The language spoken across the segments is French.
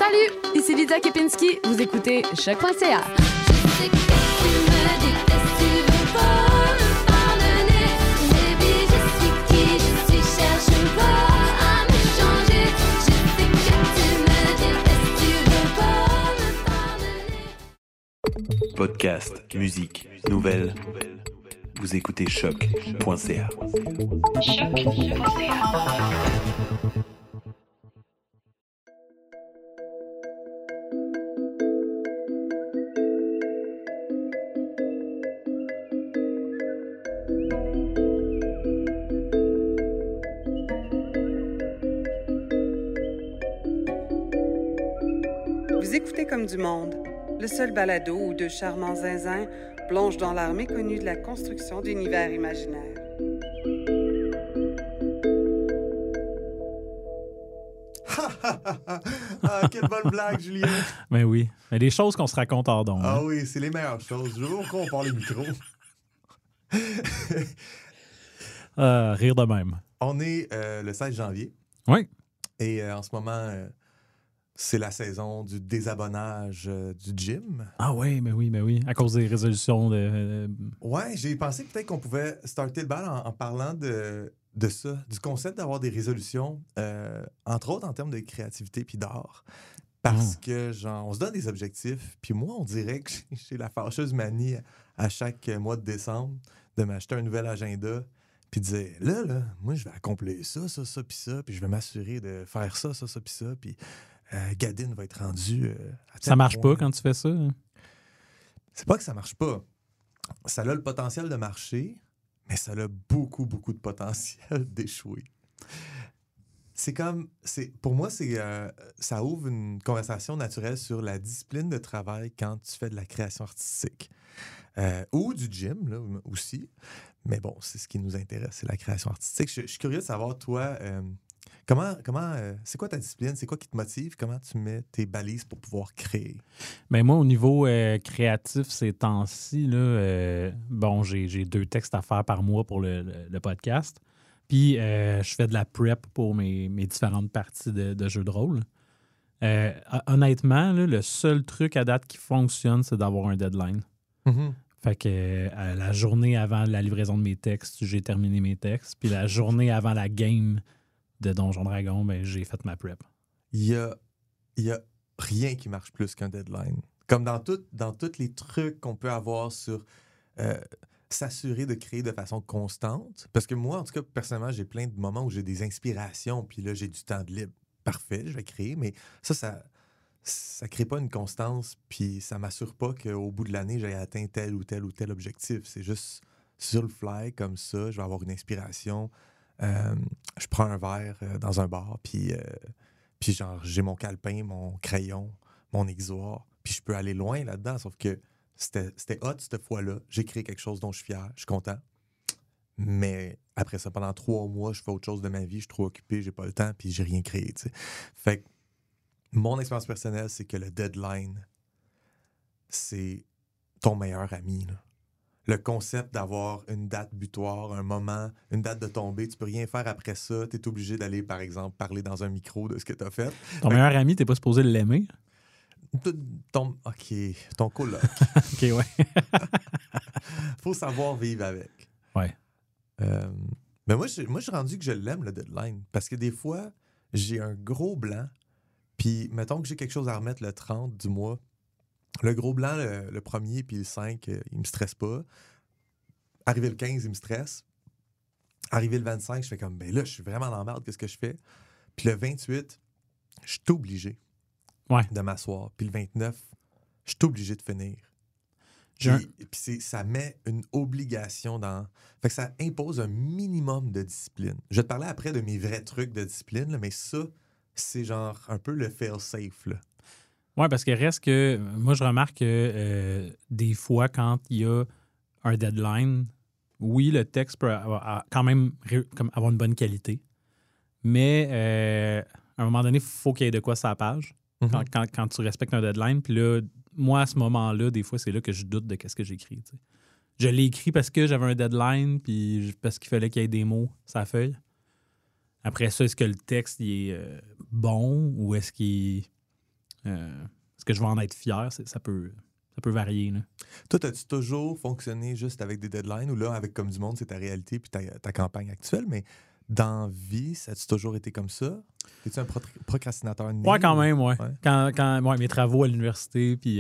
Salut, ici Lydia Kepinski. Vous écoutez Choc.ca. Podcast, musique, nouvelles. Vous écoutez Choc.ca. Vous écoutez Comme du monde, le seul balado où deux charmants zinzins plongent dans l'art méconnu de la construction d'univers imaginaires. Ah, quelle bonne blague, Julien! Ben oui. Mais des choses qu'on se raconte hors d'onde. Ah oui, c'est les meilleures choses. Je veux qu'on parle les micros. Rire de même. On est le 16 janvier. Oui. Et en ce moment, c'est la saison du désabonnage du gym. Ah oui, mais oui, mais oui. À cause des résolutions de... Ouais, j'ai pensé peut-être qu'on pouvait starter le bal en parlant de ça, du concept d'avoir des résolutions, entre autres en termes de créativité puis d'art. Parce que, genre, on se donne des objectifs, puis moi, on dirait que j'ai la fâcheuse manie à chaque mois de décembre de m'acheter un nouvel agenda, puis de dire, là, moi, je vais accomplir ça, puis ça, puis je vais m'assurer de faire ça, puis ça, puis Gadine va être rendu à tel Ça marche point. pas quand tu fais ça? Hein? C'est pas que ça marche pas. Ça a le potentiel de marcher, mais ça a beaucoup, beaucoup de potentiel d'échouer. Pour moi, ça ouvre une conversation naturelle sur la discipline de travail quand tu fais de la création artistique. Ou du gym, là, aussi. Mais bon, c'est ce qui nous intéresse, c'est la création artistique. Je suis curieux de savoir, toi, c'est quoi ta discipline? C'est quoi qui te motive? Comment tu mets tes balises pour pouvoir créer? Ben moi, au niveau créatif, ces temps-ci, là, j'ai 2 textes à faire par mois pour le podcast. Puis, je fais de la prep pour mes différentes parties de jeux de rôle. Honnêtement, là, le seul truc à date qui fonctionne, c'est d'avoir un deadline. Mm-hmm. Fait que la journée avant la livraison de mes textes, j'ai terminé mes textes. Puis la journée avant la game de Donjon Dragon, ben, j'ai fait ma prep. Il y a rien qui marche plus qu'un deadline. Comme dans tous les trucs qu'on peut avoir sur s'assurer de créer de façon constante. Parce que moi, en tout cas, personnellement, j'ai plein de moments où j'ai des inspirations, puis là, j'ai du temps de libre. Parfait, je vais créer, mais ça crée pas une constance, puis ça m'assure pas qu'au bout de l'année, j'ai atteint tel ou tel ou tel objectif. C'est juste sur le fly, comme ça, je vais avoir une inspiration. Je prends un verre dans un bar, puis genre, j'ai mon calepin, mon crayon, mon exutoire, puis je peux aller loin là-dedans, sauf que c'était hot cette fois-là. J'ai créé quelque chose dont je suis fier, je suis content. Mais après ça, pendant 3 mois, je fais autre chose de ma vie, je suis trop occupé, j'ai pas le temps, puis j'ai rien créé, tu sais. Fait que mon expérience personnelle, c'est que le deadline, c'est ton meilleur ami, là. Le concept d'avoir une date butoir, un moment, une date de tombée, tu peux rien faire après ça. Tu es obligé d'aller, par exemple, parler dans un micro de ce que tu as fait. Ton meilleur ami, t'es pas supposé l'aimer? Ton coloc. OK, ouais. Faut savoir vivre avec. Ouais. Mais moi, je suis rendu que je l'aime, le deadline. Parce que des fois, j'ai un gros blanc. Puis, mettons que j'ai quelque chose à remettre le 30 du mois. Le gros blanc, le 1er, puis le 5, il me stresse pas. Arrivé le 15, il me stresse. Arrivé le 25, je fais comme, ben là, je suis vraiment dans la merde, qu'est-ce que je fais? Puis le 28, je suis obligé de m'asseoir. Puis le 29, je suis obligé de finir. Puis ça met une obligation dans... Fait que ça impose un minimum de discipline. Je vais te parler après de mes vrais trucs de discipline, là, mais ça, c'est genre un peu le fail-safe, là. Oui, parce que reste que... Moi, je remarque que des fois, quand il y a un deadline, oui, le texte peut quand même avoir une bonne qualité, mais à un moment donné, il faut qu'il y ait de quoi sur la page quand tu respectes un deadline. Puis là, moi, à ce moment-là, des fois, c'est là que je doute de ce que j'écris. Tu sais. Je l'ai écrit parce que j'avais un deadline, puis parce qu'il fallait qu'il y ait des mots sur la feuille. Après ça, est-ce que le texte il est bon ou est-ce qu'il Est-ce que je vais en être fier? Ça peut varier. Là. Toi, as-tu toujours fonctionné juste avec des deadlines ou là, avec Comme du Monde, c'est ta réalité puis ta campagne actuelle, mais dans vie, ça a-tu toujours été comme ça? Es-tu un procrastinateur né? Ouais, quand même, ouais. Quand mes travaux à l'université, puis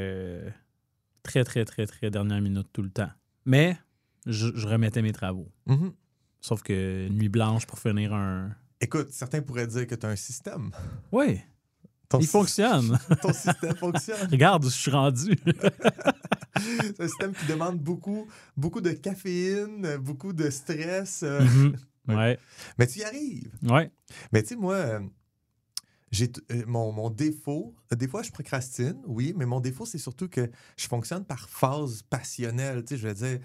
très, très, très, très dernière minute tout le temps. Mais je remettais mes travaux. Mm-hmm. Sauf que nuit blanche pour finir un... Écoute, certains pourraient dire que tu as un système. Oui, il fonctionne. Ton système fonctionne. Regarde où je suis rendu. C'est un système qui demande beaucoup de caféine, beaucoup de stress. Ouais. Mais tu y arrives. Ouais. Mais tu sais, moi, j'ai mon défaut, des fois je procrastine, oui, mais mon défaut, c'est surtout que je fonctionne par phase passionnelle. Tu sais, je vais dire,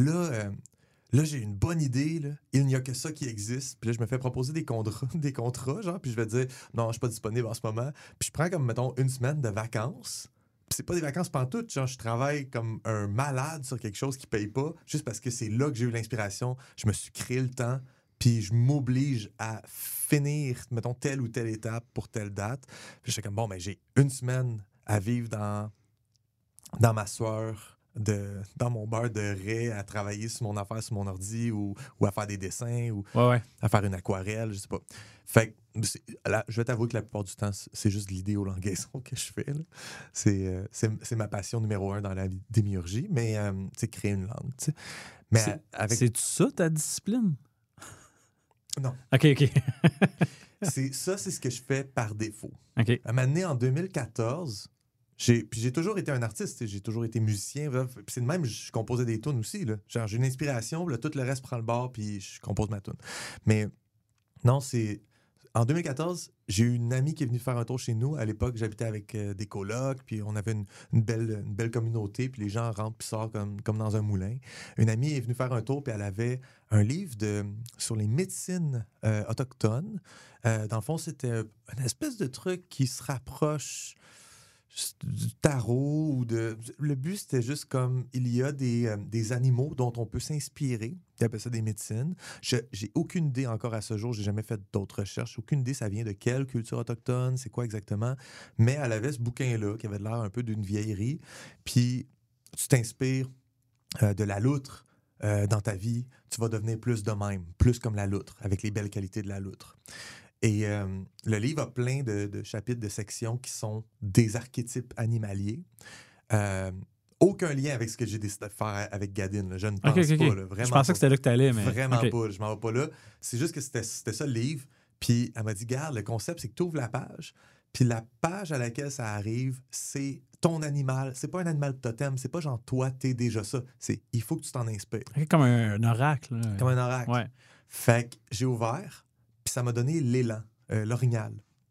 là, j'ai une bonne idée, là. Il n'y a que ça qui existe. Puis là, je me fais proposer des contrats, genre, puis je vais dire, non, je suis pas disponible en ce moment. Puis je prends comme, mettons, une semaine de vacances. Puis c'est pas des vacances pantoute, genre, je travaille comme un malade sur quelque chose qui paye pas, juste parce que c'est là que j'ai eu l'inspiration. Je me suis créé le temps, puis je m'oblige à finir, mettons, telle ou telle étape pour telle date. Puis je suis comme, bon, ben j'ai une semaine à vivre dans ma sueur, dans mon beurre de raie, à travailler sur mon affaire, sur mon ordi, ou à faire des dessins, ou à faire une aquarelle, je sais pas. Fait que, là, je vais t'avouer que la plupart du temps, c'est juste de l'idéolangaison que je fais. Là. C'est ma passion numéro 1 dans la démiurgie, mais tu sais, créer une langue. Tu sais. Mais c'est ça ta discipline? Non. OK. c'est ce que je fais par défaut. OK. À un moment donné, en 2014... J'ai toujours été un artiste, j'ai toujours été musicien. Puis c'est de même, je composais des tunes aussi. Là. Genre, j'ai une inspiration, là, tout le reste prend le bord, puis je compose ma tune. Mais non, c'est... En 2014, j'ai eu une amie qui est venue faire un tour chez nous. À l'époque, j'habitais avec des colocs, puis on avait une belle communauté, puis les gens rentrent puis sortent comme dans un moulin. Une amie est venue faire un tour, puis elle avait un livre sur les médecines autochtones. Dans le fond, c'était une espèce de truc qui se rapproche du tarot ou le but, c'était juste comme il y a des animaux dont on peut s'inspirer. Ils appellent ça des médecines. J'ai aucune idée encore à ce jour. J'ai jamais fait d'autres recherches. Aucune idée ça vient de quelle culture autochtone, c'est quoi exactement. Mais elle avait ce bouquin-là qui avait l'air un peu d'une vieillerie. Puis tu t'inspires de la loutre dans ta vie. Tu vas devenir plus de même, plus comme la loutre, avec les belles qualités de la loutre. Et le livre a plein de chapitres, de sections qui sont des archétypes animaliers. Aucun lien avec ce que j'ai décidé de faire avec Gadine. Là. Je ne pense pas. Là, vraiment je pensais que c'était là que tu allais, mais... Vraiment pas. Je m'en vais pas là. C'est juste que c'était ça le livre. Puis elle m'a dit, garde, le concept, c'est que tu ouvres la page. Puis la page à laquelle ça arrive, c'est ton animal. C'est pas un animal totem. C'est pas genre, toi, t'es déjà ça. C'est, il faut que tu t'en inspires. Comme un oracle. Là. Comme un oracle. Ouais. Fait que j'ai ouvert... Puis ça m'a donné l'élan, l'orignal.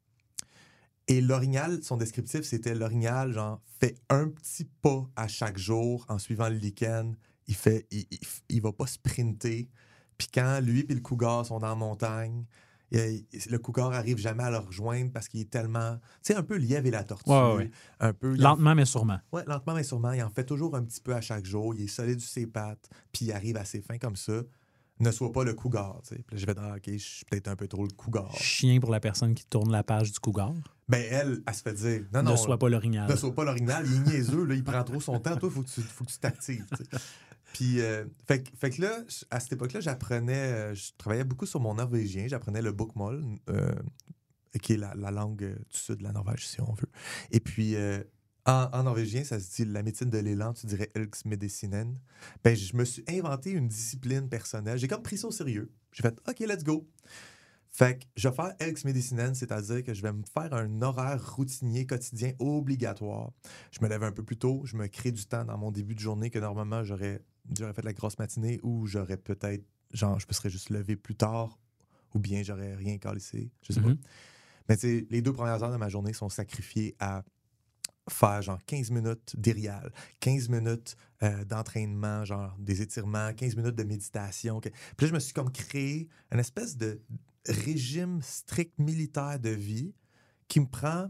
Et l'orignal, son descriptif, c'était l'orignal, genre, fait un petit pas à chaque jour en suivant le lichen. Il va pas sprinter. Puis quand lui et le cougar sont dans la montagne, le cougar arrive jamais à le rejoindre parce qu'il est tellement... Tu sais, un peu lièvre et la tortue. Ouais. Un peu, lentement, mais sûrement. Oui, lentement, mais sûrement. Il en fait toujours un petit peu à chaque jour. Il est solide sur ses pattes. Puis il arrive à ses fins comme ça. Ne sois pas le cougar, tu sais. Puis là, je vais dire, OK, je suis peut-être un peu trop le cougar. Chien pour la personne qui tourne la page du cougar. Ben, elle se fait dire, non. Ne sois pas l'orignal. Ne sois pas l'orignal, il est niaiseux, là, il prend trop son temps. Toi, il faut que tu t'actives, tu sais. Puis, fait que là, à cette époque-là, je travaillais beaucoup sur mon norvégien. J'apprenais le bokmål, qui est la langue du sud de la Norvège, si on veut. Et puis... En norvégien, ça se dit la médecine de l'élan, tu dirais Elksmedicinen. Ben, je me suis inventé une discipline personnelle. J'ai comme pris ça au sérieux. J'ai fait OK, let's go. Fait que je vais faire Elksmedicinen, c'est-à-dire que je vais me faire un horaire routinier quotidien obligatoire. Je me lève un peu plus tôt, je me crée du temps dans mon début de journée que normalement j'aurais fait la grosse matinée ou j'aurais peut-être, genre, je me serais juste levé plus tard ou bien j'aurais rien calissé, je sais pas. Mais tu sais, les 2 premières heures de ma journée sont sacrifiées à faire genre 15 minutes d'irial, 15 minutes d'entraînement, genre des étirements, 15 minutes de méditation. Puis là, je me suis comme créé une espèce de régime strict militaire de vie qui me prend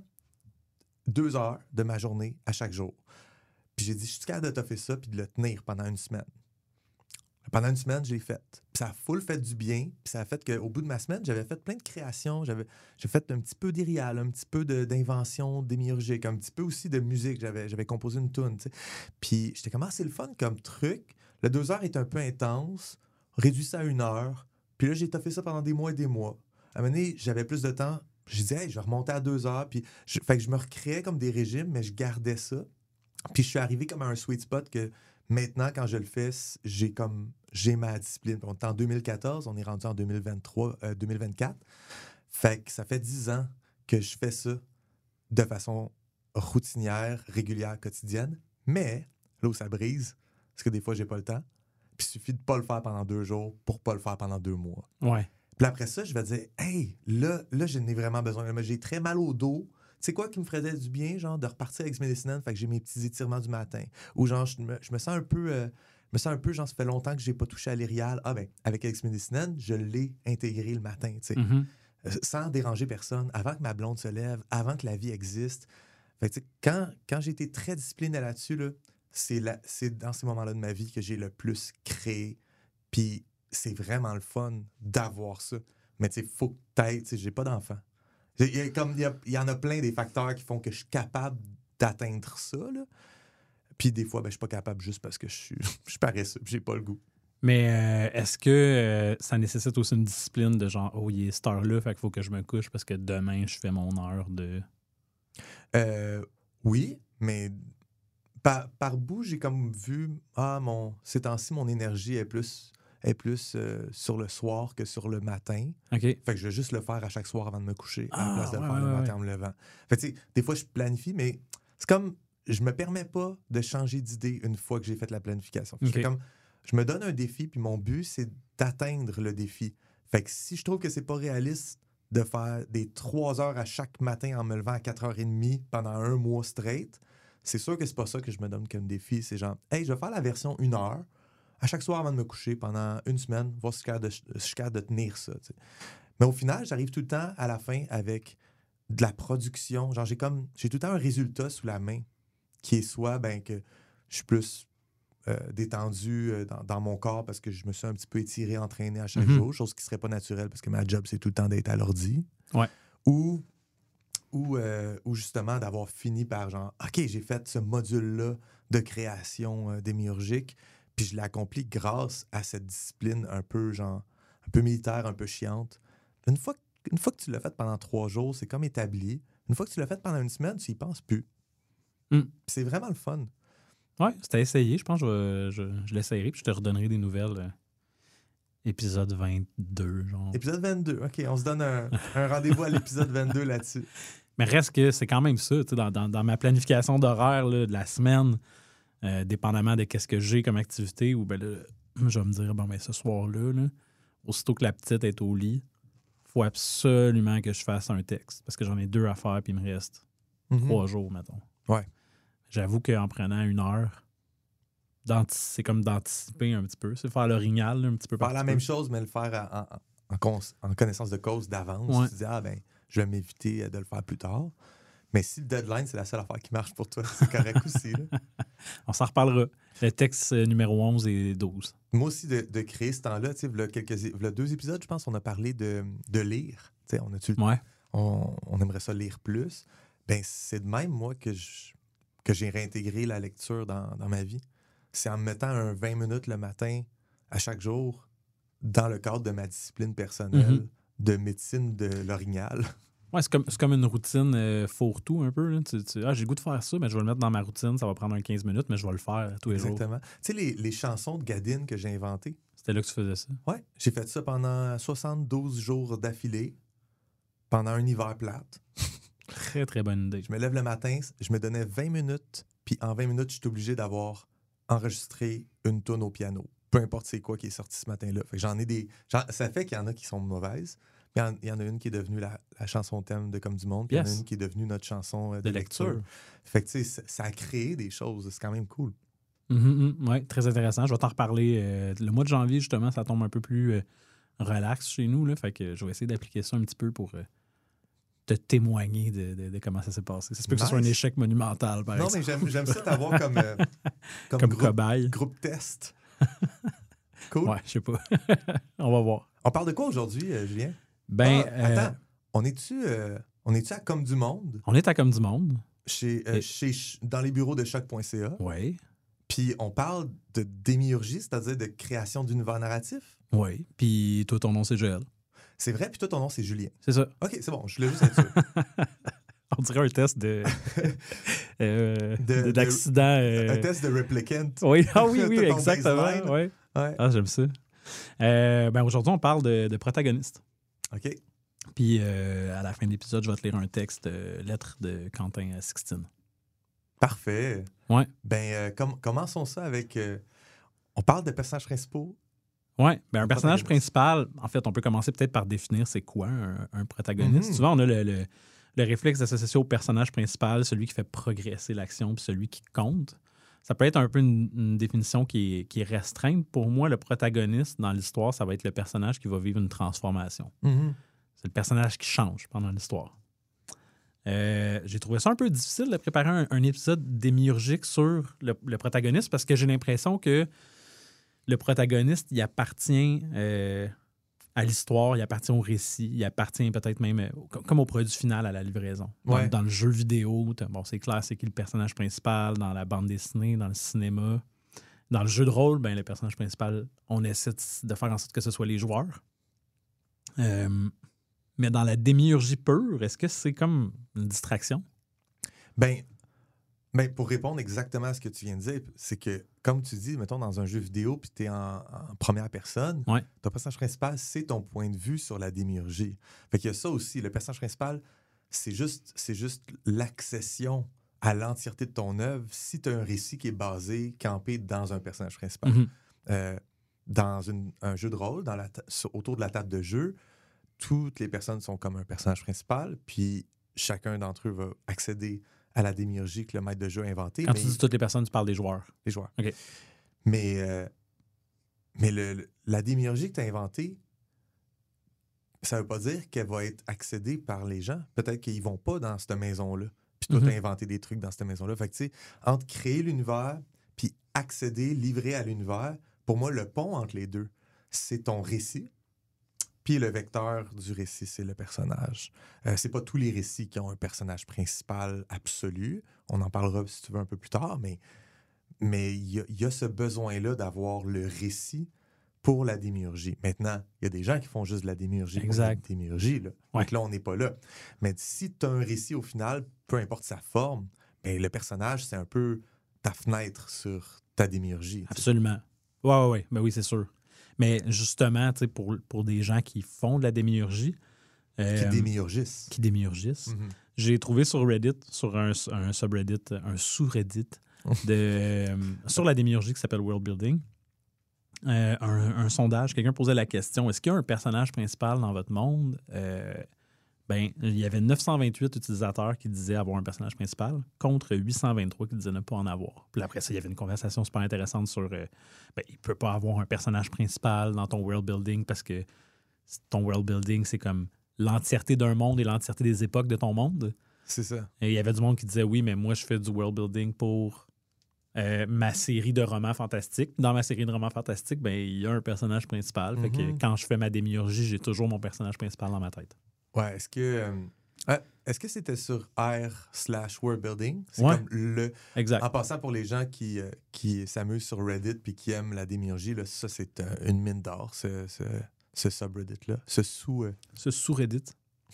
2 heures de ma journée à chaque jour. Puis j'ai dit, je suis capable de t'offrir ça puis de le tenir pendant une semaine. Pendant une semaine, je l'ai fait. Puis ça a full fait du bien. Puis ça a fait qu'au bout de ma semaine, j'avais fait plein de créations. J'ai fait un petit peu d'irial, un petit peu d'invention démiurgique, un petit peu aussi de musique. J'avais composé une tune, tu sais. Puis j'étais comme, c'est le fun comme truc. Le 2 heures est un peu intense. Réduit ça à 1 heure. Puis là, j'ai toffé ça pendant des mois et des mois. À un moment donné, j'avais plus de temps. Je disais, je vais remonter à 2 heures. Puis fait que je me recréais comme des régimes, mais je gardais ça. Puis je suis arrivé comme à un sweet spot que maintenant, quand je le fais, j'ai ma discipline. On est en 2014, on est rendu en 2024. Fait que ça fait 10 ans que je fais ça de façon routinière, régulière, quotidienne. Mais là où ça brise, parce que des fois, j'ai pas le temps. Puis il suffit de pas le faire pendant 2 jours pour pas le faire pendant 2 mois. Ouais. Puis après ça, je vais dire, hey, là, j'en ai vraiment besoin. Là, j'ai très mal au dos. Tu sais quoi qui me ferait du bien, genre, de repartir avec X-Medicine, fait que j'ai mes petits étirements du matin. Ou genre, je me sens un peu, genre, ça fait longtemps que j'ai pas touché à l'irial. Ah ben, avec X-Medicine, je l'ai intégré le matin, tu sais. Mm-hmm. Sans déranger personne, avant que ma blonde se lève, avant que la vie existe. Fait que, tu sais, quand j'ai été très discipliné là-dessus, là, c'est dans ces moments-là de ma vie que j'ai le plus créé. Puis c'est vraiment le fun d'avoir ça. Mais tu sais, faut que t'ailles, tu sais, j'ai pas d'enfant. Il y en a plein des facteurs qui font que je suis capable d'atteindre ça, là. Puis des fois, je suis pas capable juste parce que je suis paresseux, j'ai pas le goût. Mais est-ce que ça nécessite aussi une discipline de genre, il est cette heure-là, fait qu'il faut que je me couche parce que demain, je fais mon heure de... Oui, mais par bout, j'ai comme vu, ces temps-ci, mon énergie est plus sur le soir que sur le matin. OK. Fait que je vais juste le faire à chaque soir avant de me coucher, à la place de le faire le matin en me levant. Fait que, tu sais, des fois, je planifie, mais c'est comme, je me permets pas de changer d'idée une fois que j'ai fait la planification. Okay. Je me donne un défi, puis mon but, c'est d'atteindre le défi. Fait que si je trouve que c'est pas réaliste de faire des 3 heures à chaque matin en me levant à 4h30 pendant 1 mois straight, c'est sûr que c'est pas ça que je me donne comme défi. C'est genre, hey, je vais faire la version 1 heure à chaque soir avant de me coucher pendant 1 semaine, voir si je suis capable de tenir ça. T'sais. Mais au final, j'arrive tout le temps à la fin avec de la production. Genre, j'ai tout le temps un résultat sous la main qui est soit que je suis plus détendu dans mon corps parce que je me suis un petit peu étiré, entraîné à chaque jour, chose qui serait pas naturelle parce que ma job, c'est tout le temps d'être à l'ordi. Ouais. Ou justement d'avoir fini par genre, OK, j'ai fait ce module-là de création démiurgique, puis je l'ai accompli grâce à cette discipline un peu militaire, un peu chiante. Une fois que tu l'as fait pendant 3 jours, c'est comme établi. Une fois que tu l'as fait pendant 1 semaine, tu y penses plus. C'est vraiment le fun. Ouais, c'était essayé. Je pense que je l'essayerai, puis je te redonnerai des nouvelles. Épisode 22, genre. Épisode 22, OK. On se donne un rendez-vous à l'épisode 22 là-dessus. Mais reste que c'est quand même ça, tu sais, dans ma planification d'horaire là, de la semaine, dépendamment de qu'est-ce que j'ai comme activité, ou je vais me dire, ce soir-là, là, aussitôt que la petite est au lit, il faut absolument que je fasse un texte, parce que j'en ai 2 à faire, puis il me reste 3 jours, mettons. Ouais. J'avoue qu'en prenant 1 heure, c'est comme d'anticiper un petit peu. C'est faire l'orignal là, un petit peu. Faire la même chose, mais le faire en connaissance de cause d'avance. Ouais. Tu dis, je vais m'éviter de le faire plus tard. Mais si le deadline, c'est la seule affaire qui marche pour toi, c'est correct aussi. Là. On s'en reparlera. Le texte numéro 11 et 12. Moi aussi, de créer ce temps-là, tu sais, il y a 2 épisodes, je pense, on a parlé de lire. Tu sais, on aimerait ça lire plus. Ben, c'est de même, moi, que j'ai réintégré la lecture dans ma vie. C'est en me mettant un 20 minutes le matin à chaque jour dans le cadre de ma discipline personnelle de médecine de l'orignal. Ouais, c'est comme une routine fourre-tout un peu. Là. J'ai le goût de faire ça, mais je vais le mettre dans ma routine. Ça va prendre 15 minutes, mais je vais le faire tous les jours. Exactement. Tu sais, les chansons de Gadine que j'ai inventées. C'était là que tu faisais ça? Ouais. J'ai fait ça pendant 72 jours d'affilée, pendant un hiver plate. Très, très bonne idée. Je me lève le matin, je me donnais 20 minutes, puis en 20 minutes, je suis obligé d'avoir enregistré une toune au piano. Peu importe c'est quoi qui est sorti ce matin-là. Fait que ça fait qu'il y en a qui sont mauvaises. Il y en a une qui est devenue la chanson thème de Comme du Monde, puis il y en a une qui est devenue notre chanson de lecture. Fait que, tu sais, ça a créé des choses. C'est quand même cool. Oui, très intéressant. Je vais t'en reparler. Le mois de janvier, justement, ça tombe un peu plus relax chez nous. Là, fait que je vais essayer d'appliquer ça un petit peu pour te témoigner de comment ça s'est passé. Ça se peut que ce soit un échec monumental, par exemple. Non, mais j'aime ça t'avoir comme cobaye. Groupe test. Cool. Ouais, je sais pas. On va voir. On parle de quoi aujourd'hui, Julien? Ben, Attends, on est-tu à Comme du Monde? on est à Comme du Monde. Dans les bureaux de choc.ca. Oui. Puis on parle de démiurgie, c'est-à-dire de création d'univers narratif. Oui. Puis toi, ton nom, c'est Joël. C'est vrai, puis toi, ton nom, c'est Julien. C'est ça. OK, c'est bon, je voulais juste être sûr. On dirait un test d'accident. Un test de replicant. Oui, oui, T'as ton exactement. baseline. Ouais. Ouais. Ah, j'aime ça. Aujourd'hui, on parle de protagonistes. OK. Puis à la fin de l'épisode, je vais te lire un texte, lettre de Quentin à Sixtine. Parfait. Ouais. Commençons ça avec... on parle de personnages principaux. Oui, un personnage protagoniste. principal, en fait, on peut commencer peut-être par définir c'est quoi un protagoniste. Souvent, on a le réflexe d'associer au personnage principal, celui qui fait progresser l'action, puis celui qui compte. Ça peut être un peu une définition qui est restreinte. Pour moi, le protagoniste dans l'histoire, ça va être le personnage qui va vivre une transformation. C'est le personnage qui change pendant l'histoire. J'ai trouvé ça un peu difficile de préparer un épisode démiurgique sur le protagoniste parce que j'ai l'impression que le protagoniste, il appartient à l'histoire, il appartient au récit, il appartient peut-être même comme au produit final, à la livraison. Ouais. Dans le jeu vidéo, c'est clair, c'est qui le personnage principal, dans la bande dessinée, dans le cinéma. Dans le jeu de rôle, le personnage principal, on essaie de faire en sorte que ce soit les joueurs. Mais dans la démiurgie pure, est-ce que c'est comme une distraction? Pour répondre exactement à ce que tu viens de dire, c'est que, comme tu dis, mettons, dans un jeu vidéo, puis tu es en première personne, Ouais. ton personnage principal, c'est ton point de vue sur la démiurgie. Fait qu'il y a ça aussi. Le personnage principal, c'est juste l'accession à l'entièreté de ton œuvre si tu as un récit qui est basé, campé dans un personnage principal. Dans un jeu de rôle, autour de la table de jeu, toutes les personnes sont comme un personnage principal, puis chacun d'entre eux va accéder à la démiurgie que le maître de jeu a inventée. Quand tu dis toutes les personnes, tu parles des joueurs. Les joueurs. OK. Mais la démiurgie que tu as inventée, ça veut pas dire qu'elle va être accédée par les gens. Peut-être qu'ils vont pas dans cette maison-là. Puis toi, tu as inventé des trucs dans cette maison-là. Fait que, tu sais, entre créer l'univers puis accéder, livrer à l'univers, pour moi, le pont entre les deux, c'est ton récit. Puis le vecteur du récit, c'est le personnage. C'est pas tous les récits qui ont un personnage principal absolu. On en parlera, si tu veux, un peu plus tard, mais il y a ce besoin-là d'avoir le récit pour la démiurgie. Maintenant, il y a des gens qui font juste de la démiurgie pour la démiurgie. Là. Ouais. Donc là, on n'est pas là. Mais si tu as un récit au final, peu importe sa forme, le personnage, c'est un peu ta fenêtre sur ta démiurgie. Absolument. Oui, oui, c'est sûr. Mais justement, pour des gens qui font de la démiurgie... qui démiurgissent. J'ai trouvé sur Reddit, sur un subreddit, un sous-reddit, sur la démiurgie qui s'appelle World Building, un sondage. Quelqu'un posait la question, est-ce qu'il y a un personnage principal dans votre monde? Il y avait 928 utilisateurs qui disaient avoir un personnage principal contre 823 qui disaient ne pas en avoir. Puis après ça, il y avait une conversation super intéressante sur il ne peut pas avoir un personnage principal dans ton world building parce que ton world building, c'est comme l'entièreté d'un monde et l'entièreté des époques de ton monde. C'est ça. Et il y avait du monde qui disait oui, mais moi, je fais du world building pour ma série de romans fantastiques. Dans ma série de romans fantastiques, il y a un personnage principal. Fait que quand je fais ma démiurgie, j'ai toujours mon personnage principal dans ma tête. Ouais, est-ce que c'était sur r/worldbuilding? C'est ouais. Comme le... Exact. En passant pour les gens qui s'amusent sur Reddit puis qui aiment la démiurgie, là, ça, c'est une mine d'or, ce subreddit-là. Ce sous-reddit.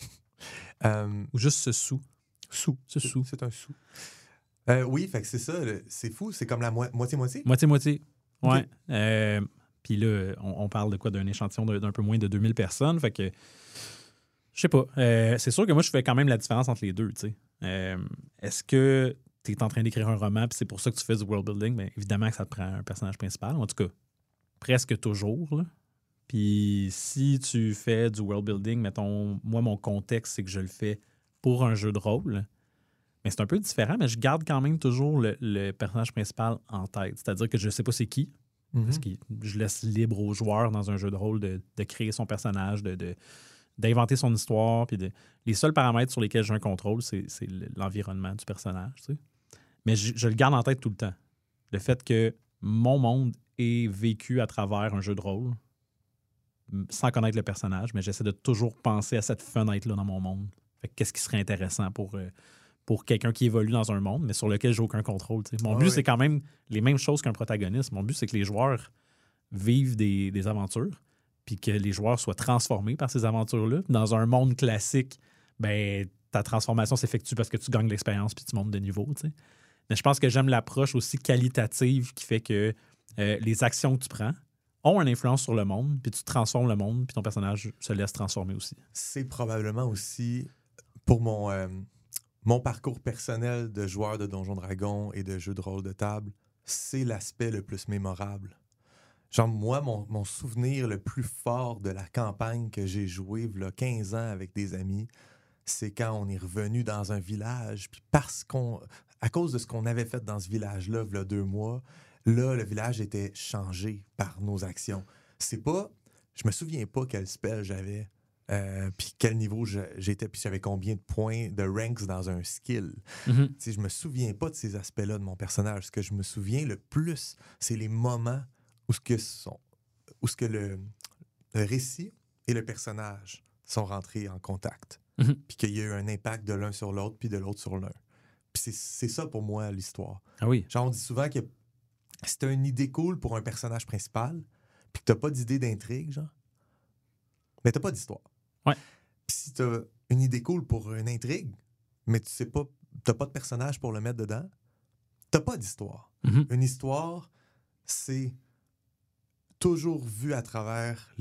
Ou juste ce sous. C'est un sous. Oui, fait que c'est ça. C'est fou, c'est comme la moitié-moitié? Moitié-moitié. Ouais. Okay. Puis là, on parle de quoi? D'un échantillon d'un peu moins de 2000 personnes. Fait que... Je sais pas. C'est sûr que moi, je fais quand même la différence entre les deux. Est-ce que tu es en train d'écrire un roman puis c'est pour ça que tu fais du world building? Bien, évidemment que ça te prend un personnage principal. En tout cas, presque toujours. Là. Puis si tu fais du world building, mettons, moi, mon contexte, c'est que je le fais pour un jeu de rôle. Mais c'est un peu différent, mais je garde quand même toujours le personnage principal en tête. C'est-à-dire que je sais pas c'est qui. Parce que je laisse libre aux joueurs dans un jeu de rôle de créer son personnage, d'inventer son histoire. Puis les seuls paramètres sur lesquels j'ai un contrôle, c'est l'environnement du personnage. Tu sais. Mais je le garde en tête tout le temps. Le fait que mon monde est vécu à travers un jeu de rôle, sans connaître le personnage, mais j'essaie de toujours penser à cette fenêtre-là dans mon monde. Fait que qu'est-ce qui serait intéressant pour quelqu'un qui évolue dans un monde, mais sur lequel j'ai aucun contrôle. T'sais. Mon but, c'est quand même les mêmes choses qu'un protagoniste. Mon but, c'est que les joueurs vivent des aventures, puis que les joueurs soient transformés par ces aventures-là. Dans un monde classique, ben, ta transformation s'effectue parce que tu gagnes de l'expérience puis tu montes de niveau. T'sais. Mais je pense que j'aime l'approche aussi qualitative qui fait que les actions que tu prends ont une influence sur le monde, puis tu transformes le monde, puis ton personnage se laisse transformer aussi. C'est probablement aussi, pour mon parcours personnel de joueur de Donjons Dragons et de jeux de rôle de table, c'est l'aspect le plus mémorable. Genre, moi, mon souvenir le plus fort de la campagne que j'ai jouée il y a 15 ans avec des amis, c'est quand on est revenu dans un village, puis à cause de ce qu'on avait fait dans ce village-là, il y a 2 mois, là, le village était changé par nos actions. Je me souviens pas quel spell j'avais, puis quel niveau j'étais, puis j'avais combien de points de ranks dans un skill. Je me souviens pas de ces aspects-là de mon personnage. Ce que je me souviens le plus, c'est les moments où le récit et le personnage sont rentrés en contact. Puis qu'il y a eu un impact de l'un sur l'autre, puis de l'autre sur l'un. Puis c'est ça pour moi, l'histoire. Ah oui. Genre, on dit souvent que si t'as une idée cool pour un personnage principal, puis que t'as pas d'idée d'intrigue, genre, mais t'as pas d'histoire. Ouais. Puis si t'as une idée cool pour une intrigue, mais tu sais pas, t'as pas de personnage pour le mettre dedans, t'as pas d'histoire. Une histoire, c'est toujours vu à travers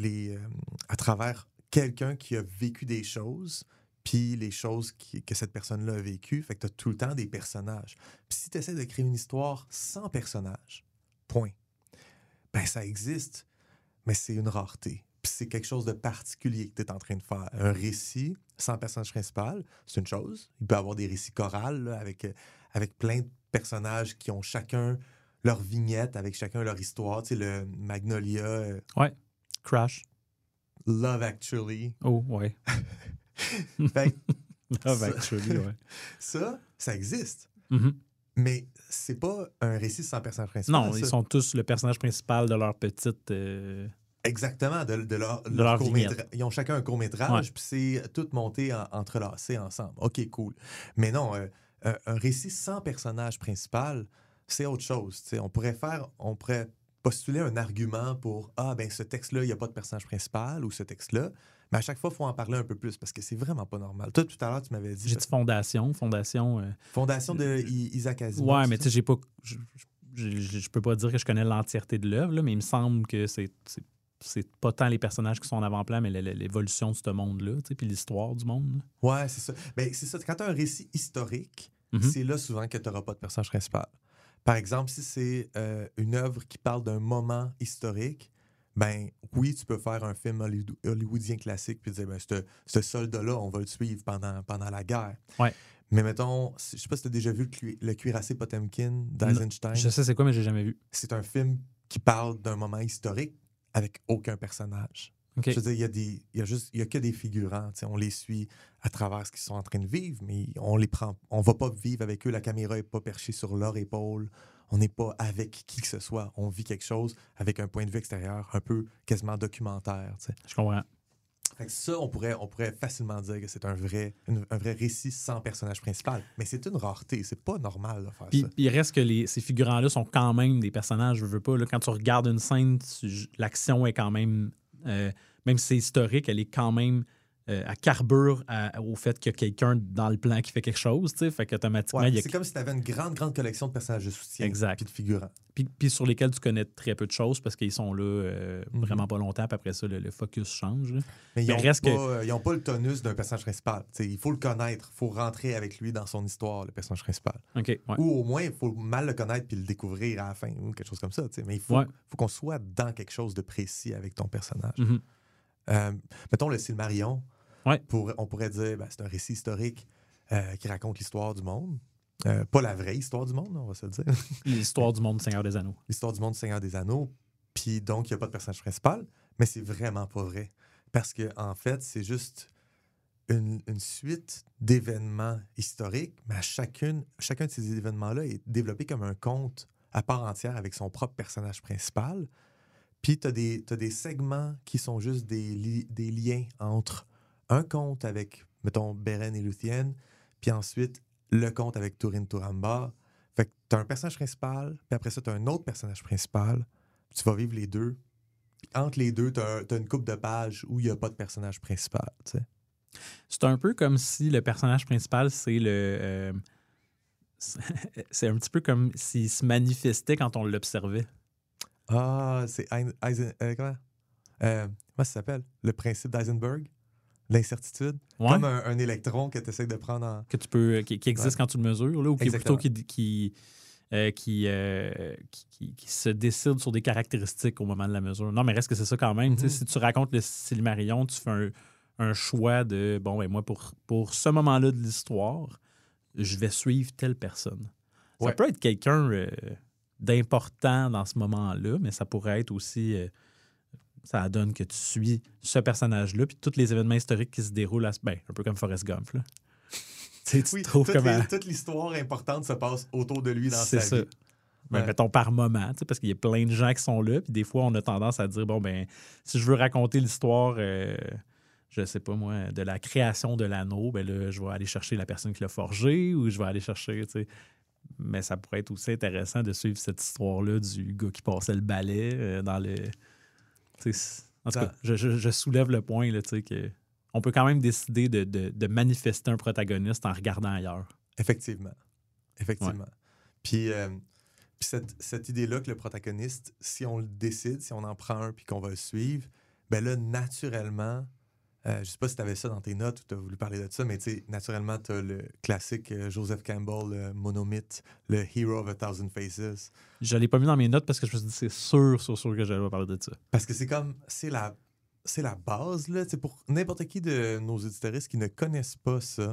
à travers quelqu'un qui a vécu des choses, puis les choses que cette personne-là a vécues. Fait que t'as tout le temps des personnages. Puis si t'essaies de créer une histoire sans personnages, point, ben ça existe, mais c'est une rareté. Puis c'est quelque chose de particulier que t'es en train de faire. Un récit sans personnage principal, c'est une chose. Il peut y avoir des récits chorales là, avec plein de personnages qui ont chacun leur vignette, avec chacun leur histoire. Tu sais, le Magnolia... Ouais. Crash. Love Actually. Oh, ouais. Fait Love Actually, ouais. Ça existe. Mais c'est pas un récit sans personnage principal. Non, ils sont tous le personnage principal de leur petite... Exactement, de leur court-métrage. Ils ont chacun un court-métrage, puis c'est tout monté entrelacé ensemble. OK, cool. Mais non, un récit sans personnage principal, c'est autre chose. T'sais. On pourrait postuler un argument pour ce texte-là, il n'y a pas de personnage principal ou ce texte-là. Mais à chaque fois, il faut en parler un peu plus parce que c'est vraiment pas normal. Toi, tout à l'heure, tu m'avais dit... J'ai dit Fondation. Fondation de Isaac Asimov. Ouais, mais tu sais, j'ai pas... Je peux pas dire que je connais l'entièreté de l'œuvre, là, mais il me semble que c'est pas tant les personnages qui sont en avant-plan, mais l'évolution de ce monde-là, tu sais, puis l'histoire du monde. Là. Ouais, c'est ça. Ben, c'est ça. Quand tu as un récit historique, c'est là souvent que tu n'auras pas de personnage principal. Par exemple, si c'est une œuvre qui parle d'un moment historique, ben oui, tu peux faire un film hollywoodien classique puis dire, ben ce soldat-là, on va le suivre pendant la guerre. Ouais. Mais mettons, je sais pas si tu as déjà vu le cuirassé Potemkin d'Eisenstein. Je sais c'est quoi, mais j'ai jamais vu. C'est un film qui parle d'un moment historique avec aucun personnage. Okay. Je veux dire, il y a que des figurants. On les suit à travers ce qu'ils sont en train de vivre, mais on va pas vivre avec eux. La caméra n'est pas perchée sur leur épaule. On n'est pas avec qui que ce soit. On vit quelque chose avec un point de vue extérieur, un peu quasiment documentaire. T'sais. Je comprends. Fait que ça, on pourrait facilement dire que c'est un vrai récit sans personnage principal. Mais c'est une rareté. C'est pas normal de faire ça. Puis il reste que ces figurants-là sont quand même des personnages. Je veux pas. Là, quand tu regardes une scène, l'action est quand même... même si c'est historique, elle est quand même à carbure au fait qu'il y a quelqu'un dans le plan qui fait quelque chose, tu sais, fait qu'automatiquement... Ouais, c'est comme si tu avais une grande collection de personnages de soutien puis de figurants. Puis sur lesquels tu connais très peu de choses parce qu'ils sont là vraiment pas longtemps, puis après ça, le focus change. Là. Mais ils n'ont pas le tonus d'un personnage principal. T'sais, il faut le connaître, il faut rentrer avec lui dans son histoire, le personnage principal. Okay, ouais. Ou au moins, il faut mal le connaître puis le découvrir à la fin, ou quelque chose comme ça. Mais il faut qu'on soit dans quelque chose de précis avec ton personnage. Mettons le Silmarillion. Ouais. On pourrait dire c'est un récit historique qui raconte l'histoire du monde. Pas la vraie histoire du monde, on va se le dire. L'histoire du monde du Seigneur des Anneaux. L'histoire du monde du Seigneur des Anneaux. Puis donc, il n'y a pas de personnage principal. Mais c'est vraiment pas vrai. Parce que en fait, c'est juste une suite d'événements historiques. Mais chacun de ces événements-là est développé comme un conte à part entière avec son propre personnage principal. Puis t'as des segments qui sont juste des liens entre un conte avec, mettons, Beren et Luthien, puis ensuite le conte avec Turin Turambar. Fait que t'as un personnage principal, puis après ça, t'as un autre personnage principal. Tu vas vivre les deux. Puis entre les deux, t'as une couple de pages où il n'y a pas de personnage principal, tu sais. C'est un peu comme si le personnage principal, c'est le... c'est un petit peu comme s'il se manifestait quand on l'observait. Ah, c'est comment ça s'appelle? Le principe d'Eisenberg? L'incertitude? Ouais. Comme un électron que tu essaies de prendre en... Que tu peux, qui existe quand tu le mesures, là, ou qui, plutôt qui se décide sur des caractéristiques au moment de la mesure. Non, mais reste que c'est ça quand même. Mm-hmm. Si tu racontes le Silmarillion, tu fais un choix de, bon, ben moi, pour ce moment-là de l'histoire, je vais suivre telle personne. Ça peut être quelqu'un d'important dans ce moment-là, mais ça pourrait être aussi... ça donne que tu suis ce personnage-là, puis tous les événements historiques qui se déroulent, un peu comme Forrest Gump, là. Toute l'histoire importante se passe autour de lui dans sa vie. C'est ça. Ben, mettons par moment, parce qu'il y a plein de gens qui sont là, puis des fois, on a tendance à dire, bon, ben, si je veux raconter l'histoire, je sais pas moi, de la création de l'anneau, ben là, je vais aller chercher la personne qui l'a forgé, ou je vais aller chercher, tu sais. Mais ça pourrait être aussi intéressant de suivre cette histoire-là du gars qui passait le balai dans le... En tout cas, je soulève le point, là, tu sais, que... On peut quand même décider de manifester un protagoniste en regardant ailleurs. Effectivement. Ouais. Puis Cette idée-là que le protagoniste, si on le décide, si on en prend un puis qu'on va le suivre, ben là, naturellement, je sais pas si tu avais ça dans tes notes ou tu as voulu parler de ça, mais tu sais, naturellement, tu as le classique Joseph Campbell, le monomythe, le Hero of a Thousand Faces. Je l'ai pas mis dans mes notes parce que je me suis dit, c'est sûr que j'allais parler de ça. Parce que c'est la base, là. Pour n'importe qui de nos auditeuristes qui ne connaissent pas ça,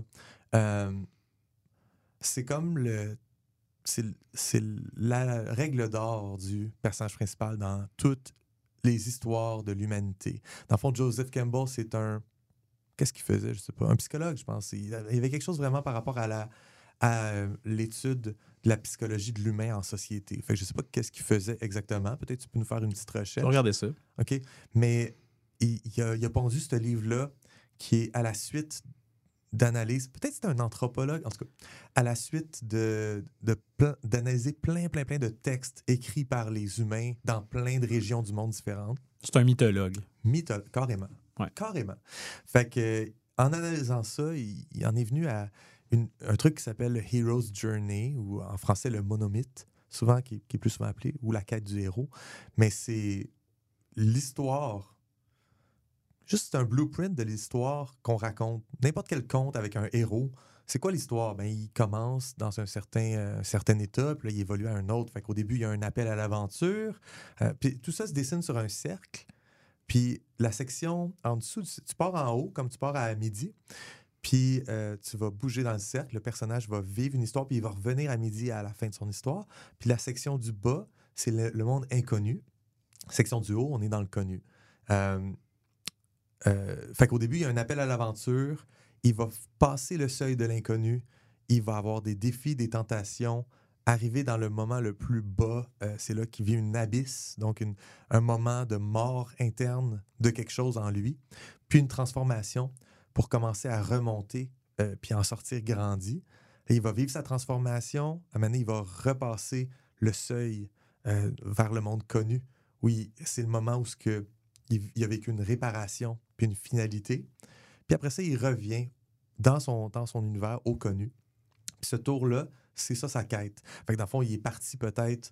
c'est comme c'est la règle d'or du personnage principal dans toutes les histoires de l'humanité. Dans le fond, Joseph Campbell, c'est un... Qu'est-ce qu'il faisait? Je sais pas. Un psychologue, je pense. Il y avait quelque chose vraiment par rapport à l'étude de la psychologie de l'humain en société. Fait que je sais pas qu'est-ce qu'il faisait exactement. Peut-être tu peux nous faire une petite recherche. Regardez ça. OK. Mais il a pondu ce livre-là qui est à la suite d'analyse, peut-être c'est un anthropologue, en tout cas, à la suite d'analyser plein de textes écrits par les humains dans plein de régions du monde différentes. C'est un mythologue. Carrément. Ouais. Carrément. Fait que, en analysant ça, il en est venu à un truc qui s'appelle le Hero's Journey, ou en français le monomythe, souvent qui est plus souvent appelé, ou la quête du héros. Mais c'est l'histoire. Juste un blueprint de l'histoire qu'on raconte. N'importe quel conte avec un héros, c'est quoi l'histoire? Ben, il commence dans un certain état, puis là, il évolue à un autre. Fait qu'au début, il y a un appel à l'aventure. Puis tout ça se dessine sur un cercle. Puis la section en dessous, tu pars en haut, comme tu pars à midi. Puis tu vas bouger dans le cercle. Le personnage va vivre une histoire, puis il va revenir à midi à la fin de son histoire. Puis la section du bas, c'est le monde inconnu. Section du haut, on est dans le connu. Fait qu'au début, il y a un appel à l'aventure. Il va passer le seuil de l'inconnu. Il va avoir des défis, des tentations. Arriver dans le moment le plus bas, c'est là qu'il vit une abysse, donc un moment de mort interne de quelque chose en lui. Puis une transformation pour commencer à remonter puis en sortir grandi. Et il va vivre sa transformation. À un moment donné, il va repasser le seuil vers le monde connu. Oui, c'est le moment où il a vécu une réparation puis une finalité. Puis après ça, il revient dans son univers au connu. Puis ce tour-là, c'est ça sa quête. Fait que dans le fond, il est parti peut-être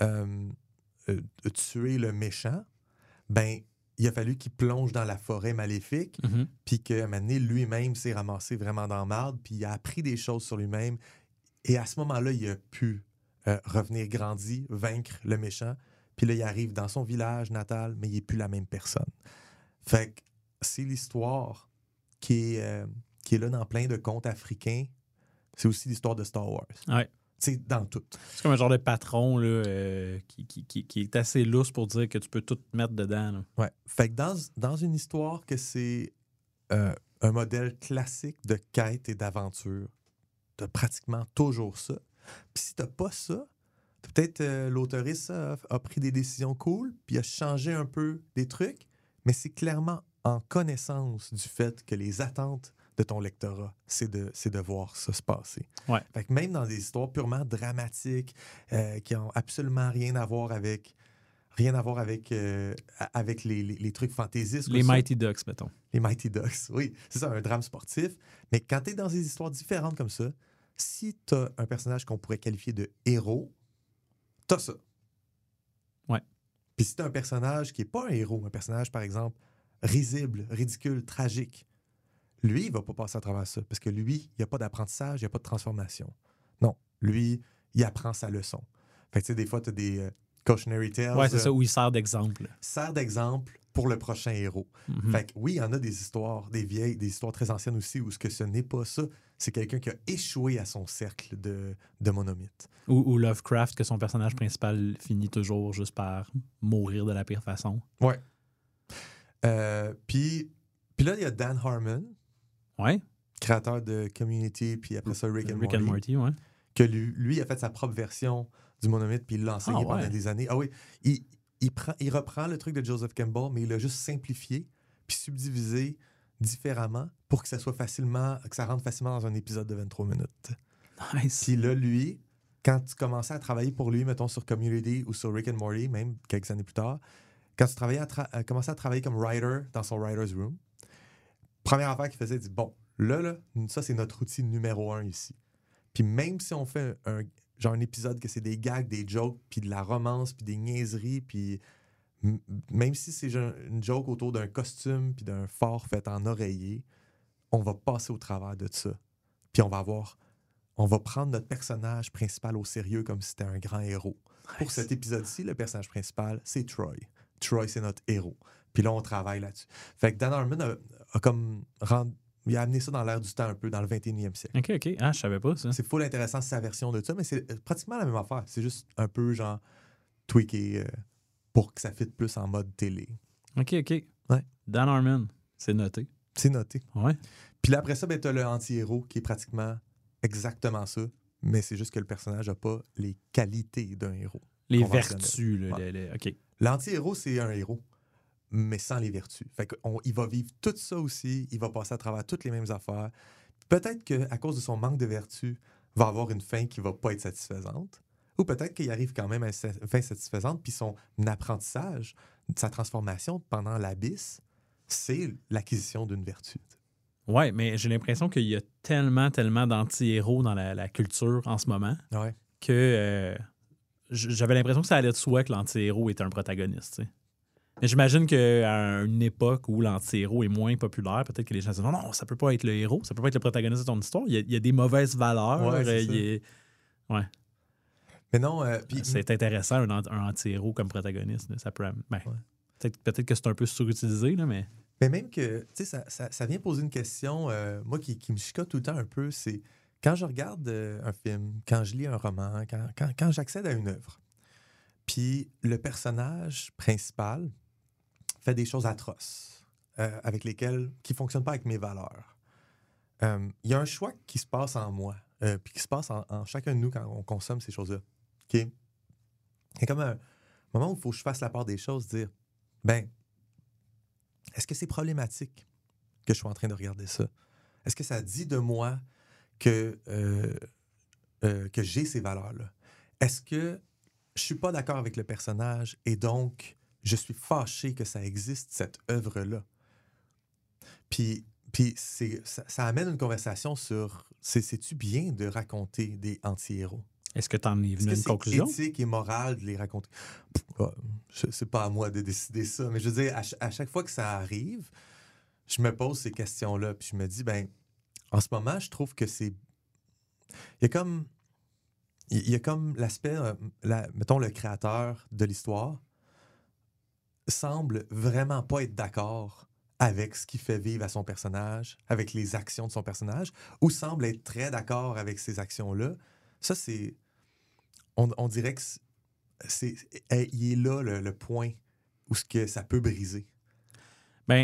tuer le méchant. Ben, il a fallu qu'il plonge dans la forêt maléfique, puis qu'à un moment donné, lui-même s'est ramassé vraiment dans la marde, puis il a appris des choses sur lui-même. Et à ce moment-là, il a pu revenir grandi, vaincre le méchant. Puis là, il arrive dans son village natal, mais il n'est plus la même personne. Fait que c'est l'histoire qui est là dans plein de contes africains. C'est aussi l'histoire de Star Wars. Ouais. C'est dans tout. C'est comme un genre de patron là, qui est assez lousse pour dire que tu peux tout mettre dedans. Là. Ouais. Fait que dans une histoire que c'est un modèle classique de quête et d'aventure, t'as pratiquement toujours ça. Puis si t'as pas ça, peut-être l'auteuriste a pris des décisions cool, puis a changé un peu des trucs, mais c'est clairement en connaissance du fait que les attentes de ton lectorat, c'est de voir ça se passer. Ouais. Fait que même dans des histoires purement dramatiques, qui n'ont absolument rien à voir avec les trucs fantaisistes. Les Mighty Ducks, mettons. Les Mighty Ducks, oui. C'est ça, un drame sportif. Mais quand tu es dans des histoires différentes comme ça, si tu as un personnage qu'on pourrait qualifier de héros, t'as ça. Ouais. Puis si tu as un personnage qui n'est pas un héros, un personnage, par exemple, risible, ridicule, tragique, lui, il va pas passer à travers ça. Parce que lui, il n'y a pas d'apprentissage, il n'y a pas de transformation. Non. Lui, il apprend sa leçon. Fait que tu sais, des fois, tu as des cautionary tales. Ouais, c'est ça, où il sert d'exemple. Sert d'exemple pour le prochain héros. Mm-hmm. Fait que oui, il y en a des histoires, des histoires très anciennes aussi, où ce n'est pas ça. C'est quelqu'un qui a échoué à son cercle de monomythes. Ou Lovecraft, que son personnage principal finit toujours juste par mourir de la pire façon. Ouais. Puis là, il y a Dan Harmon, Ouais. créateur de Community, puis après ça, Rick and Morty, ouais. que lui a fait sa propre version du monomythe, puis il l'a enseigné pendant des années. Ah oui, il reprend le truc de Joseph Campbell, mais il l'a juste simplifié, puis subdivisé différemment pour que ça rentre facilement dans un épisode de 23 minutes. Nice. Puis là, lui, quand tu commençais à travailler pour lui, mettons sur Community ou sur Rick and Morty, même quelques années plus tard, quand tu commençais à travailler comme writer dans son writer's room, première affaire qu'il faisait, il dit, bon, là, ça, c'est notre outil numéro 1 ici. Puis même si on fait un épisode que c'est des gags, des jokes, puis de la romance, puis des niaiseries, puis même si c'est une joke autour d'un costume puis d'un fort fait en oreiller, on va passer au travers de ça. Puis on va prendre notre personnage principal au sérieux comme si c'était un grand héros. Nice. Pour cet épisode-ci, le personnage principal, c'est Troy. Troy, c'est notre héros. Puis là, on travaille là-dessus. Fait que Dan Harmon il a amené ça dans l'air du temps un peu, dans le 21e siècle. OK. Ah, je savais pas ça. C'est full intéressant, sa version de ça, mais c'est pratiquement la même affaire. C'est juste un peu, genre, tweaké pour que ça fitte plus en mode télé. OK. Ouais. Dan Harmon, c'est noté. C'est noté. Ouais. Puis là, après ça, t'as le anti-héros qui est pratiquement exactement ça, mais c'est juste que le personnage n'a pas les qualités d'un héros. Les vertus. OK. L'anti-héros, c'est un héros, mais sans les vertus. Fait qu'il va vivre tout ça aussi, il va passer à travers toutes les mêmes affaires. Peut-être qu'à cause de son manque de vertus, il va avoir une fin qui va pas être satisfaisante, ou peut-être qu'il arrive quand même à une fin satisfaisante, puis son apprentissage, sa transformation pendant l'abysse, c'est l'acquisition d'une vertu. Ouais, mais j'ai l'impression qu'il y a tellement d'anti-héros dans la culture en ce moment que j'avais l'impression que ça allait de soi que l'anti-héros était un protagoniste. T'sais. Mais j'imagine qu'à une époque où l'anti-héros est moins populaire, peut-être que les gens disent non, ça peut pas être le héros, ça peut pas être le protagoniste de ton histoire. Il y a des mauvaises valeurs. Ouais. Mais non, c'est intéressant, un anti-héros comme protagoniste. Là. Ça peut. Peut-être que c'est un peu surutilisé, là, mais. Mais même que, tu sais, ça vient poser une question, moi, qui me chicote tout le temps un peu, c'est quand je regarde un film, quand je lis un roman, quand j'accède à une œuvre, puis le personnage principal fait des choses atroces qui ne fonctionnent pas avec mes valeurs. Il y a un choix qui se passe en moi, puis qui se passe en chacun de nous quand on consomme ces choses-là. Okay? Il y a comme un moment où il faut que je fasse la part des choses, dire, est-ce que c'est problématique que je sois en train de regarder ça? Est-ce que ça dit de moi que j'ai ces valeurs-là? Est-ce que je suis pas d'accord avec le personnage et donc je suis fâché que ça existe, cette œuvre-là? Puis ça amène une conversation sur c'est-tu bien de raconter des anti-héros? Est-ce que tu en es venu à une conclusion? Est-ce que c'est éthique et moral de les raconter? C'est pas à moi de décider ça, mais je veux dire, à chaque fois que ça arrive, je me pose ces questions-là, puis je me dis, en ce moment, je trouve que c'est... Il y a comme l'aspect, mettons, le créateur de l'histoire semble vraiment pas être d'accord avec ce qui fait vivre à son personnage, avec les actions de son personnage, ou semble être très d'accord avec ces actions-là. Ça, c'est... On dirait que il est là le point où ce que ça peut briser.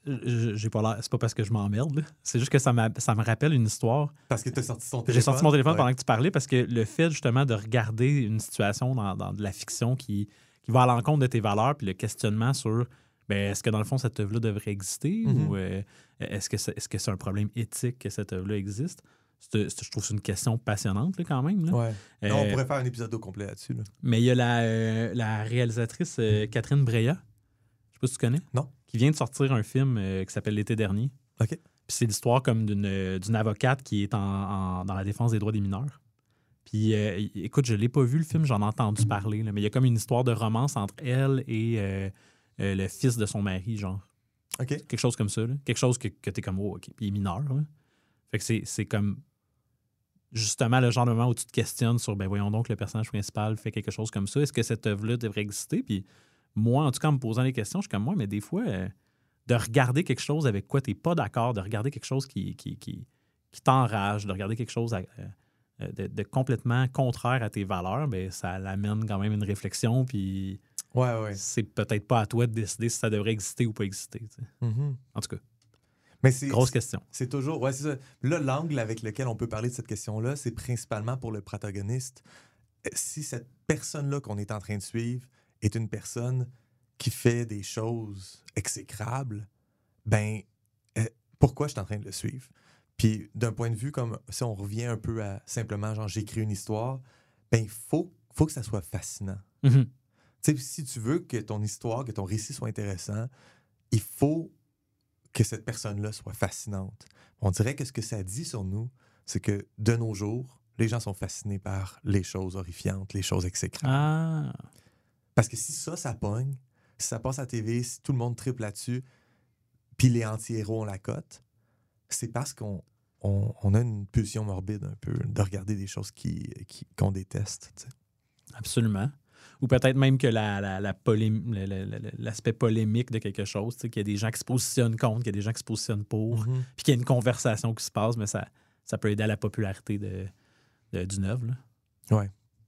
j'ai pas l'air. C'est pas parce que je m'emmerde, là. C'est juste que ça me rappelle une histoire. Parce que tu as sorti ton téléphone. J'ai sorti mon téléphone pendant que tu parlais parce que le fait justement de regarder une situation dans de la fiction qui va à l'encontre de tes valeurs, puis le questionnement sur est-ce que dans le fond cette œuvre-là devrait exister ou est-ce que c'est un problème éthique que cette œuvre-là existe? Je trouve que c'est une question passionnante là, quand même. Là. Ouais. Non, on pourrait faire un épisode au complet là-dessus. Là. Mais il y a la réalisatrice Catherine Breillat. Je sais pas si tu connais. Non. Qui vient de sortir un film qui s'appelle L'été dernier. OK. Puis c'est l'histoire comme d'une avocate qui est dans la défense des droits des mineurs. Puis écoute, je l'ai pas vu le film, j'en ai entendu parler. Là, mais il y a comme une histoire de romance entre elle et le fils de son mari, genre. OK. Quelque chose comme ça. Là. Quelque chose que t'es comme, oh, OK. Puis il est mineur. Là. Fait que c'est comme justement le genre de moment où tu te questionnes sur, voyons donc, le personnage principal fait quelque chose comme ça. Est-ce que cette œuvre-là devrait exister? Puis moi, en tout cas, en me posant des questions, je suis comme moi, mais des fois, de regarder quelque chose avec quoi tu n'es pas d'accord, de regarder quelque chose qui t'enrage, de regarder quelque chose de complètement contraire à tes valeurs, ça l'amène quand même une réflexion, puis c'est peut-être pas à toi de décider si ça devrait exister ou pas exister. Tu sais. Mm-hmm. En tout cas. Mais grosse question. C'est toujours... Ouais, c'est ça. Là, l'angle avec lequel on peut parler de cette question-là, c'est principalement pour le protagoniste. Si cette personne-là qu'on est en train de suivre est une personne qui fait des choses exécrables, pourquoi je suis en train de le suivre? Puis d'un point de vue, comme si on revient un peu à simplement, genre, j'écris une histoire, il faut que ça soit fascinant. Mm-hmm. Tu sais, si tu veux que ton histoire, que ton récit soit intéressant, il faut que cette personne-là soit fascinante. On dirait que ce que ça dit sur nous, c'est que de nos jours, les gens sont fascinés par les choses horrifiantes, les choses exécrables. Ah. Parce que si ça pogne, si ça passe à la TV, si tout le monde triple là-dessus, puis les anti-héros ont la cote, c'est parce qu'on a une pulsion morbide un peu de regarder des choses qu'on déteste. Tu sais. Absolument. Ou peut-être même que l'aspect polémique de quelque chose, qu'il y a des gens qui se positionnent contre, qu'il y a des gens qui se positionnent pour, puis qu'il y a une conversation qui se passe, mais ça peut aider à la popularité d'une œuvre. Oui.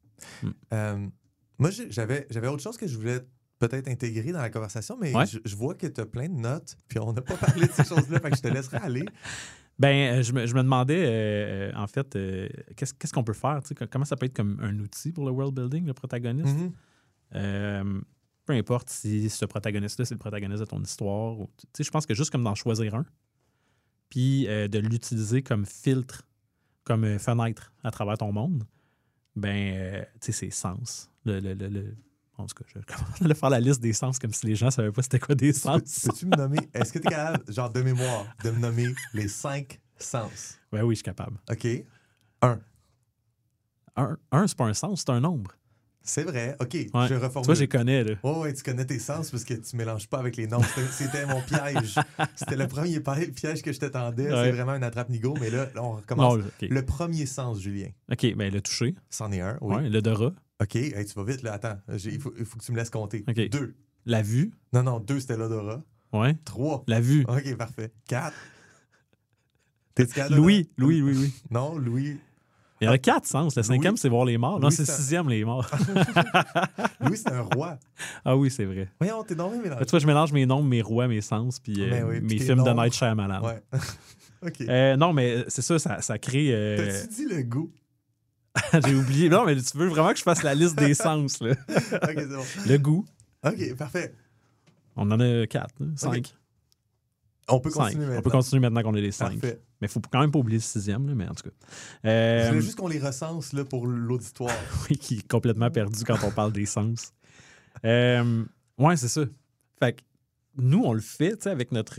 Moi, j'avais autre chose que je voulais peut-être intégrer dans la conversation, mais je vois que tu as plein de notes, puis on n'a pas parlé de ces choses-là, fait que je te laisserai aller. Je me demandais, en fait, qu'est-ce qu'on peut faire? Comment ça peut être comme un outil pour le world building, le protagoniste? Peu importe si ce protagoniste-là, c'est le protagoniste de ton histoire. Je pense que juste comme d'en choisir un, puis de l'utiliser comme filtre, comme fenêtre à travers ton monde, c'est sens. En tout cas, je commence à faire la liste des sens comme si les gens ne savaient pas c'était quoi des sens. Peux-tu me nommer, est-ce que tu es capable, genre de mémoire, de me nommer les 5 sens? Oui, je suis capable. OK. 1. Un, c'est pas un sens, c'est un nombre. C'est vrai. OK, ouais. Je reformule. Toi, je les connais, là. Oui, tu connais tes sens parce que tu mélanges pas avec les nombres. C'était mon piège. C'était le premier piège que je t'attendais. Ouais. C'est vraiment un attrape-nigo, mais là on recommence. Non, okay. Le premier sens, Julien. OK, le toucher. C'en est un, oui. Ouais, l'odorat. OK, tu vas vite, là. Attends, il faut que tu me laisses compter. Okay. 2. La vue. Non, 2, c'était l'odorat. Ouais. 3. La vue. OK, parfait. 4. T'es-tu capable? Louis. Non, Louis. Il y en a 4 sens. Le 5e, c'est voir les morts. Non, c'est le 6e, les morts. Louis, c'est un roi. Ah oui, c'est vrai. Voyons, t'es dans le mélange. Tu vois, je mélange mes nombres, mes rois, mes sens, puis mes films de Night Shyamalan. Ouais. OK. Non, mais c'est ça crée... T'as-tu dit le goût? J'ai oublié. Non, mais tu veux vraiment que je fasse la liste des sens, là. OK, c'est bon. Le goût. OK, parfait. On en a 4, 5. Okay. On peut continuer maintenant. On peut continuer maintenant qu'on a les 5. Parfait. Mais il faut quand même pas oublier le 6e, là, mais en tout cas. Je voulais juste qu'on les recense là, pour l'auditoire. Oui, qui est complètement perdu quand on parle des sens. Ouais, c'est ça. Fait que nous, on le fait avec notre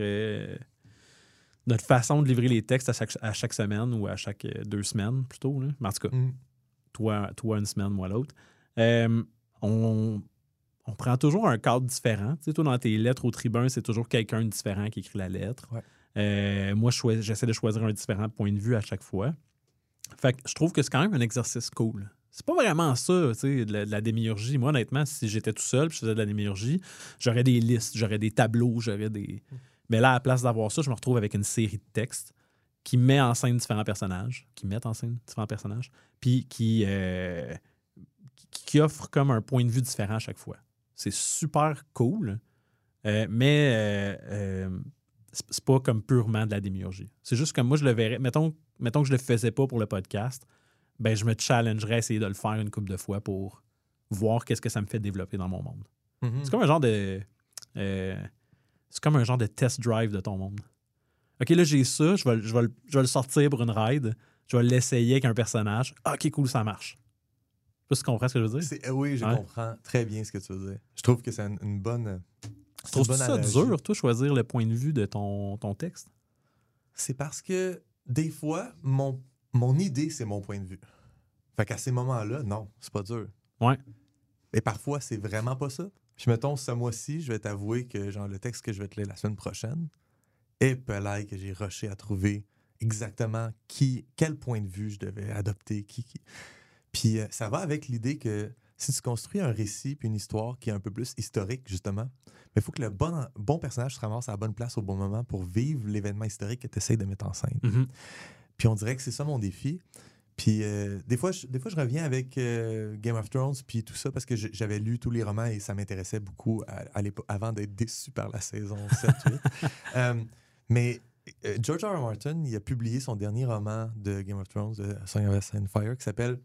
façon de livrer les textes à chaque semaine ou à chaque 2 semaines, plutôt. Là. Mais en tout cas, toi une semaine, moi l'autre. On prend toujours un cadre différent. Tu sais, toi, dans tes lettres au tribun, c'est toujours quelqu'un de différent qui écrit la lettre. Ouais. Moi, j'essaie de choisir un différent point de vue à chaque fois. Fait que je trouve que c'est quand même un exercice cool. C'est pas vraiment ça, tu sais, de la démiurgie. Moi, honnêtement, si j'étais tout seul et je faisais de la démiurgie, j'aurais des listes, j'aurais des tableaux, j'aurais des... Mais là, à la place d'avoir ça, je me retrouve avec une série de textes qui met en scène différents personnages, puis qui offrent comme un point de vue différent à chaque fois. C'est super cool, mais c'est pas comme purement de la démiurgie. C'est juste comme moi, je le verrais. Mettons que je le faisais pas pour le podcast, ben je me challengerais à essayer de le faire une couple de fois pour voir qu'est-ce que ça me fait développer dans mon monde. Mhm. C'est comme un genre de... c'est comme un genre de test drive de ton monde. OK, là, j'ai ça, je vais le sortir pour une ride, je vais l'essayer avec un personnage. OK, cool, ça marche. Je sais pas si tu comprends ce que je veux dire. Oui, je comprends très bien ce que tu veux dire. Je trouve que c'est une bonne... Tu trouves ça dur, toi, choisir le point de vue de ton texte? C'est parce que, des fois, mon idée, c'est mon point de vue. Fait qu'à ces moments-là, non, c'est pas dur. Ouais. Et parfois, c'est vraiment pas ça. Puis mettons, ce mois-ci, je vais t'avouer que genre le texte que je vais te lire la semaine prochaine, et peut-être que j'ai rushé à trouver exactement quel point de vue je devais adopter, qui. Puis ça va avec l'idée que si tu construis un récit puis une histoire qui est un peu plus historique, justement, il faut que le bon personnage se ramasse à la bonne place au bon moment pour vivre l'événement historique que tu essaies de mettre en scène. Mm-hmm. Puis on dirait que c'est ça mon défi. Puis des fois, je reviens avec Game of Thrones puis tout ça parce que j'avais lu tous les romans et ça m'intéressait beaucoup à l'époque, avant d'être déçu par la saison 7-8. Mais George R. R. Martin, il a publié son dernier roman de Game of Thrones, de Song of Ice and Fire, qui s'appelle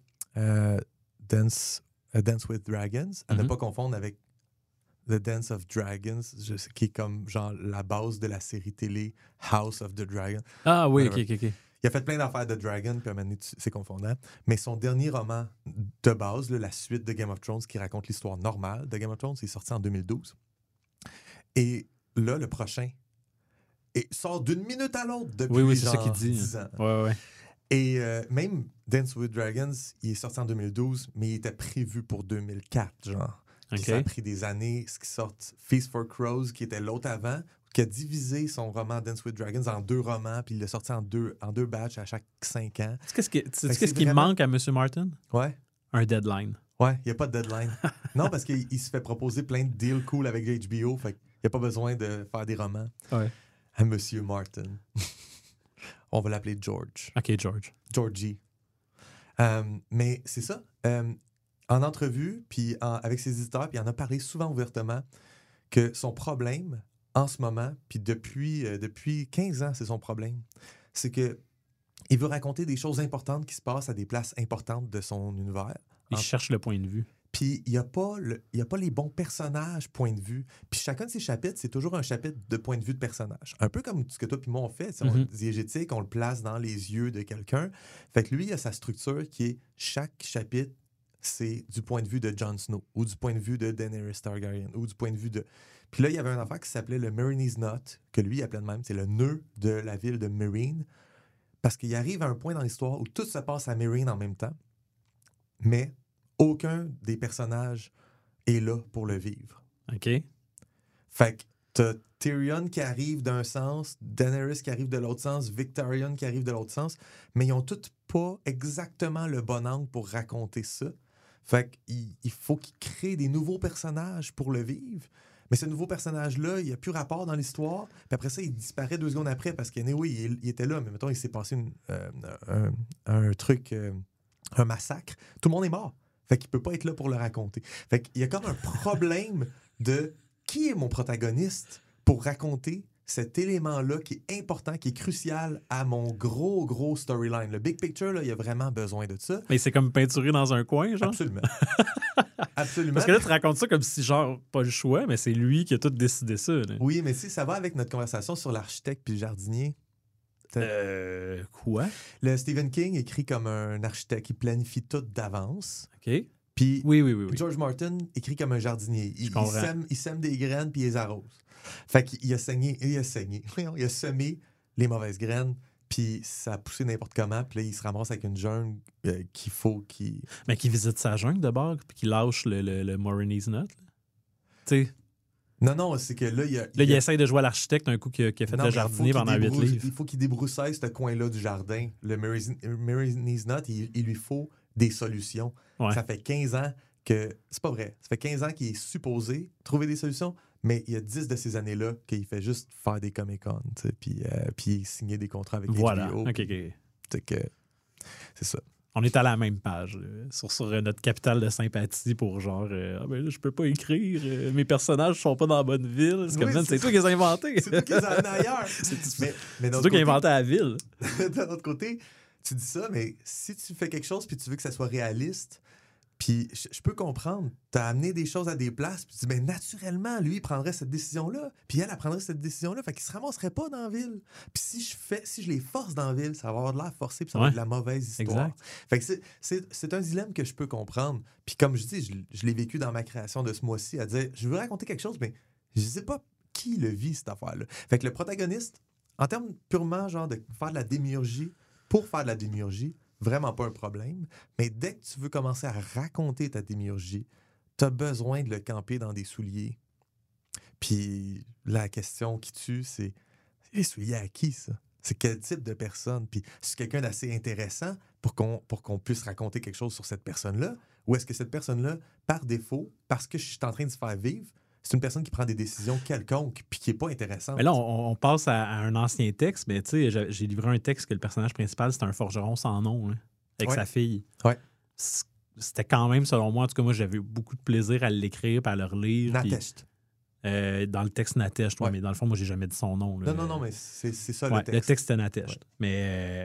Dance with Dragons. À ne pas confondre avec The Dance of Dragons, qui est comme genre la base de la série télé House of the Dragon. Ah oui, Whatever. OK. Il a fait plein d'affaires de Dragon, puis à un moment donné, c'est confondant. Mais son dernier roman de base, là, la suite de Game of Thrones, qui raconte l'histoire normale de Game of Thrones, est sorti en 2012. Et là, le prochain sort d'une minute à l'autre depuis oui, c'est genre ça qu'il dit. 10 ans. Ouais. Et même Dance with Dragons, il est sorti en 2012, mais il était prévu pour 2004, genre. Puis OK. ça a pris des années, ce qui sort Feast for Crows, qui était l'autre avant, qui a divisé son roman Dance with Dragons en 2 romans, puis il l'a sorti en deux batchs à chaque 5 ans. Tu sais qu'est-ce c'est qui vraiment... manque à M. Martin? Ouais. Un deadline. Ouais, il n'y a pas de deadline. Non, parce qu'il se fait proposer plein de deals cool avec HBO, fait qu'il n'y a pas besoin de faire des romans. Ouais. À M. Martin. On va l'appeler George. OK, George. Georgie. Mais c'est ça. En entrevue, puis avec ses éditeurs, puis il en a parlé souvent ouvertement que son problème, en ce moment, puis depuis 15 ans, c'est son problème, c'est que il veut raconter des choses importantes qui se passent à des places importantes de son univers. Il cherche le point de vue. Puis il n'y a pas les bons personnages, point de vue. Puis chacun de ces chapitres, c'est toujours un chapitre de point de vue de personnage. Un peu comme ce que toi et moi on fait. On diégétique, on le place dans les yeux de quelqu'un. Fait que lui, il a sa structure qui est chaque chapitre, c'est du point de vue de Jon Snow ou du point de vue de Daenerys Targaryen ou du point de vue de... Puis là, il y avait un affaire qui s'appelait le Meereen's Knot, que lui, il appelait de même. C'est le nœud de la ville de Meereen. Parce qu'il arrive à un point dans l'histoire où tout se passe à Meereen en même temps. Mais aucun des personnages est là pour le vivre. OK. Fait que t'as Tyrion qui arrive d'un sens, Daenerys qui arrive de l'autre sens, Victarion qui arrive de l'autre sens, mais ils ont tous pas exactement le bon angle pour raconter ça. Fait qu'il faut qu'ils créent des nouveaux personnages pour le vivre. Mais ce nouveau personnage-là, il n'a plus rapport dans l'histoire. Puis après ça, il disparaît 2 secondes après parce qu'anyway, il était là. Mais mettons, il s'est passé un truc, un massacre. Tout le monde est mort. Fait qu'il peut pas être là pour le raconter. Fait qu'il y a comme un problème de qui est mon protagoniste pour raconter cet élément-là qui est important, qui est crucial à mon gros storyline. Le big picture, là, il y a vraiment besoin de ça. Mais c'est comme peinturé dans un coin, genre? Absolument. Absolument. Parce que là, tu racontes ça comme si, genre, pas le choix, mais c'est lui qui a tout décidé ça. Là. Oui, mais si ça va avec notre conversation sur l'architecte puis le jardinier. Quoi? Le Stephen King écrit comme un architecte. Il planifie tout d'avance. OK. Puis Oui. George Martin écrit comme un jardinier. Il sème des graines puis il les arrose. Fait qu'il a semé les mauvaises graines puis ça a poussé n'importe comment. Puis là, il se ramasse avec une jungle qu'il faut qu'il... Mais qu'il visite sa jungle d'abord puis qu'il lâche le Meereen's Knot. Tu sais... Non, c'est que là, il essaie de jouer à l'architecte un coup qui a fait le jardinier pendant 8 livres. Il faut qu'il débroussaille ce coin-là du jardin. Le Meereen's Knot, il lui faut des solutions. Ouais. Ça fait 15 ans que... C'est pas vrai. Ça fait 15 ans qu'il est supposé trouver des solutions, mais il y a 10 de ces années-là qu'il fait juste faire des Comic-Con, puis signer des contrats avec HBO. Voilà. OK. C'est que... C'est ça. On est à la même page sur notre capital de sympathie pour genre ben là, je peux pas écrire, mes personnages sont pas dans la bonne ville. C'est comme c'est toi qui les as inventés. C'est toi qui les as amenés ailleurs. mais c'est toi qui as inventé la ville. D'un autre côté, tu dis ça, mais si tu fais quelque chose puis tu veux que ça soit réaliste, puis je peux comprendre, tu as amené des choses à des places, puis tu dis, ben naturellement, lui, il prendrait cette décision-là, puis elle prendrait cette décision-là, fait qu'il se ramasserait pas dans la ville. Puis si je les force dans la ville, ça va avoir de l'air forcé, puis ça va être de la mauvaise histoire. Exact. Fait que c'est un dilemme que je peux comprendre. Puis comme je dis, je l'ai vécu dans ma création de ce mois-ci, à dire, je veux raconter quelque chose, mais je sais pas qui le vit, cette affaire-là. Fait que le protagoniste, en termes purement genre de faire de la démiurgie, pour faire de la démiurgie, vraiment pas un problème. Mais dès que tu veux commencer à raconter ta démiurgie, tu as besoin de le camper dans des souliers. Puis la question qui tue, c'est les souliers à qui, ça? C'est quel type de personne? Puis c'est quelqu'un d'assez intéressant pour qu'on puisse raconter quelque chose sur cette personne-là? Ou est-ce que cette personne-là, par défaut, parce que je suis en train de se faire vivre, c'est une personne qui prend des décisions quelconques puis qui n'est pas intéressante. Mais là, on passe à un ancien texte. Mais tu sais, j'ai livré un texte que le personnage principal, c'était un forgeron sans nom, hein, avec sa fille. Ouais. C'était quand même, selon moi, en tout cas, moi, j'avais eu beaucoup de plaisir à l'écrire et à le relire. Nateste. Dans le texte Nateste, mais dans le fond, moi, j'ai jamais dit son nom. Là. Non, mais c'est ça le texte. Le texte, c'était Nateste. Ouais. Mais,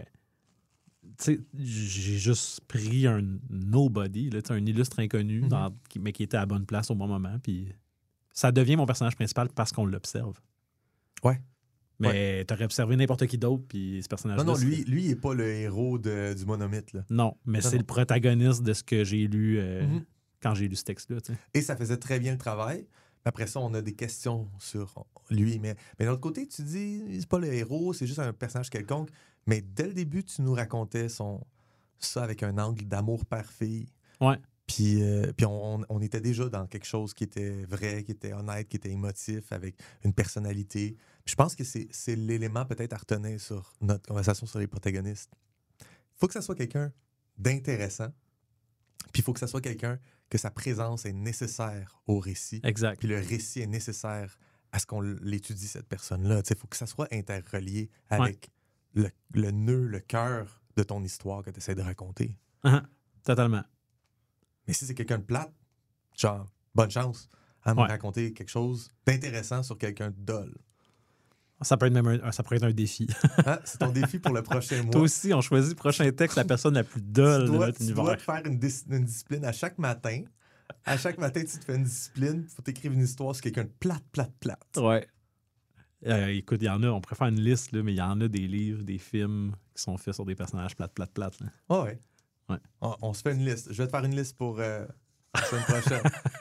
tu sais, j'ai juste pris un nobody, là, un illustre inconnu, mais qui était à la bonne place au bon moment, puis... Ça devient mon personnage principal parce qu'on l'observe. Ouais. Mais t'aurais observé n'importe qui d'autre, puis ce personnage-là... Non, lui, il n'est pas le héros du monomythe. Là. Non, mais c'est le protagoniste de ce que j'ai lu quand j'ai lu ce texte-là. T'sais. Et ça faisait très bien le travail. Après ça, on a des questions sur lui. Mais de l'autre côté, tu dis, c'est pas le héros, c'est juste un personnage quelconque. Mais dès le début, tu nous racontais ça avec un angle d'amour père-fille. Ouais. Puis on était déjà dans quelque chose qui était vrai, qui était honnête, qui était émotif, avec une personnalité. Puis je pense que c'est l'élément peut-être à retenir sur notre conversation sur les protagonistes. Il faut que ça soit quelqu'un d'intéressant, puis il faut que ça soit quelqu'un que sa présence est nécessaire au récit. Exact. Puis le récit est nécessaire à ce qu'on l'étudie, cette personne-là. Il faut que ça soit interrelié avec le nœud, le cœur de ton histoire que tu essaies de raconter. Totalement. Mais si c'est quelqu'un de plate, genre, bonne chance à me raconter quelque chose d'intéressant sur quelqu'un de dol. Ça peut être un défi. C'est ton défi pour le prochain mois. Toi aussi, on choisit le prochain texte, la personne la plus dolle de notre univers. Tu dois te faire une discipline à chaque matin. À chaque matin, tu te fais une discipline. Il faut t'écrire une histoire sur quelqu'un de plate. Ouais. Écoute, il y en a, on pourrait faire une liste, là, mais il y en a des livres, des films qui sont faits sur des personnages plate. Ah ouais. Ouais. On se fait une liste. Je vais te faire une liste pour la semaine prochaine.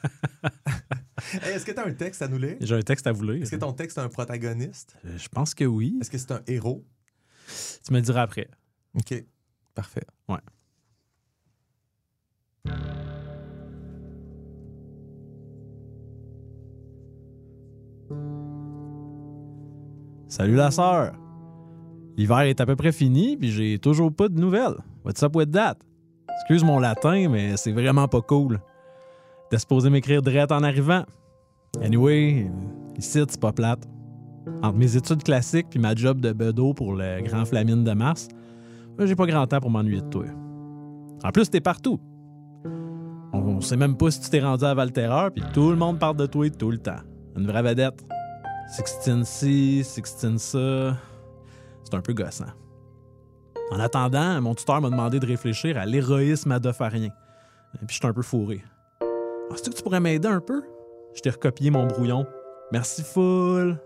Hey, est-ce que tu as un texte à nous lire? J'ai un texte à vous lire. Est-ce que ton texte a un protagoniste? Je pense que oui. Est-ce que c'est un héros? Tu me le diras après. OK. Parfait. Ouais. Salut la sœur! L'hiver est à peu près fini, puis j'ai toujours pas de nouvelles. What's up with that? Excuse mon latin, mais c'est vraiment pas cool. T'es supposé m'écrire direct en arrivant. Anyway, ici, c'est pas plate. Entre mes études classiques puis ma job de bedeau pour le Grand Flamine de Mars, j'ai pas grand temps pour m'ennuyer de toi. En plus, t'es partout. On sait même pas si tu t'es rendu à Valterreur, puis tout le monde parle de toi tout le temps. Une vraie vedette. Sixtine ci, Sixtine ça... C'est un peu gossant. En attendant, mon tuteur m'a demandé de réfléchir à l'héroïsme adopharien. Puis je suis un peu fourré. Est-ce que tu pourrais m'aider un peu? Je t'ai recopié mon brouillon. Merci full.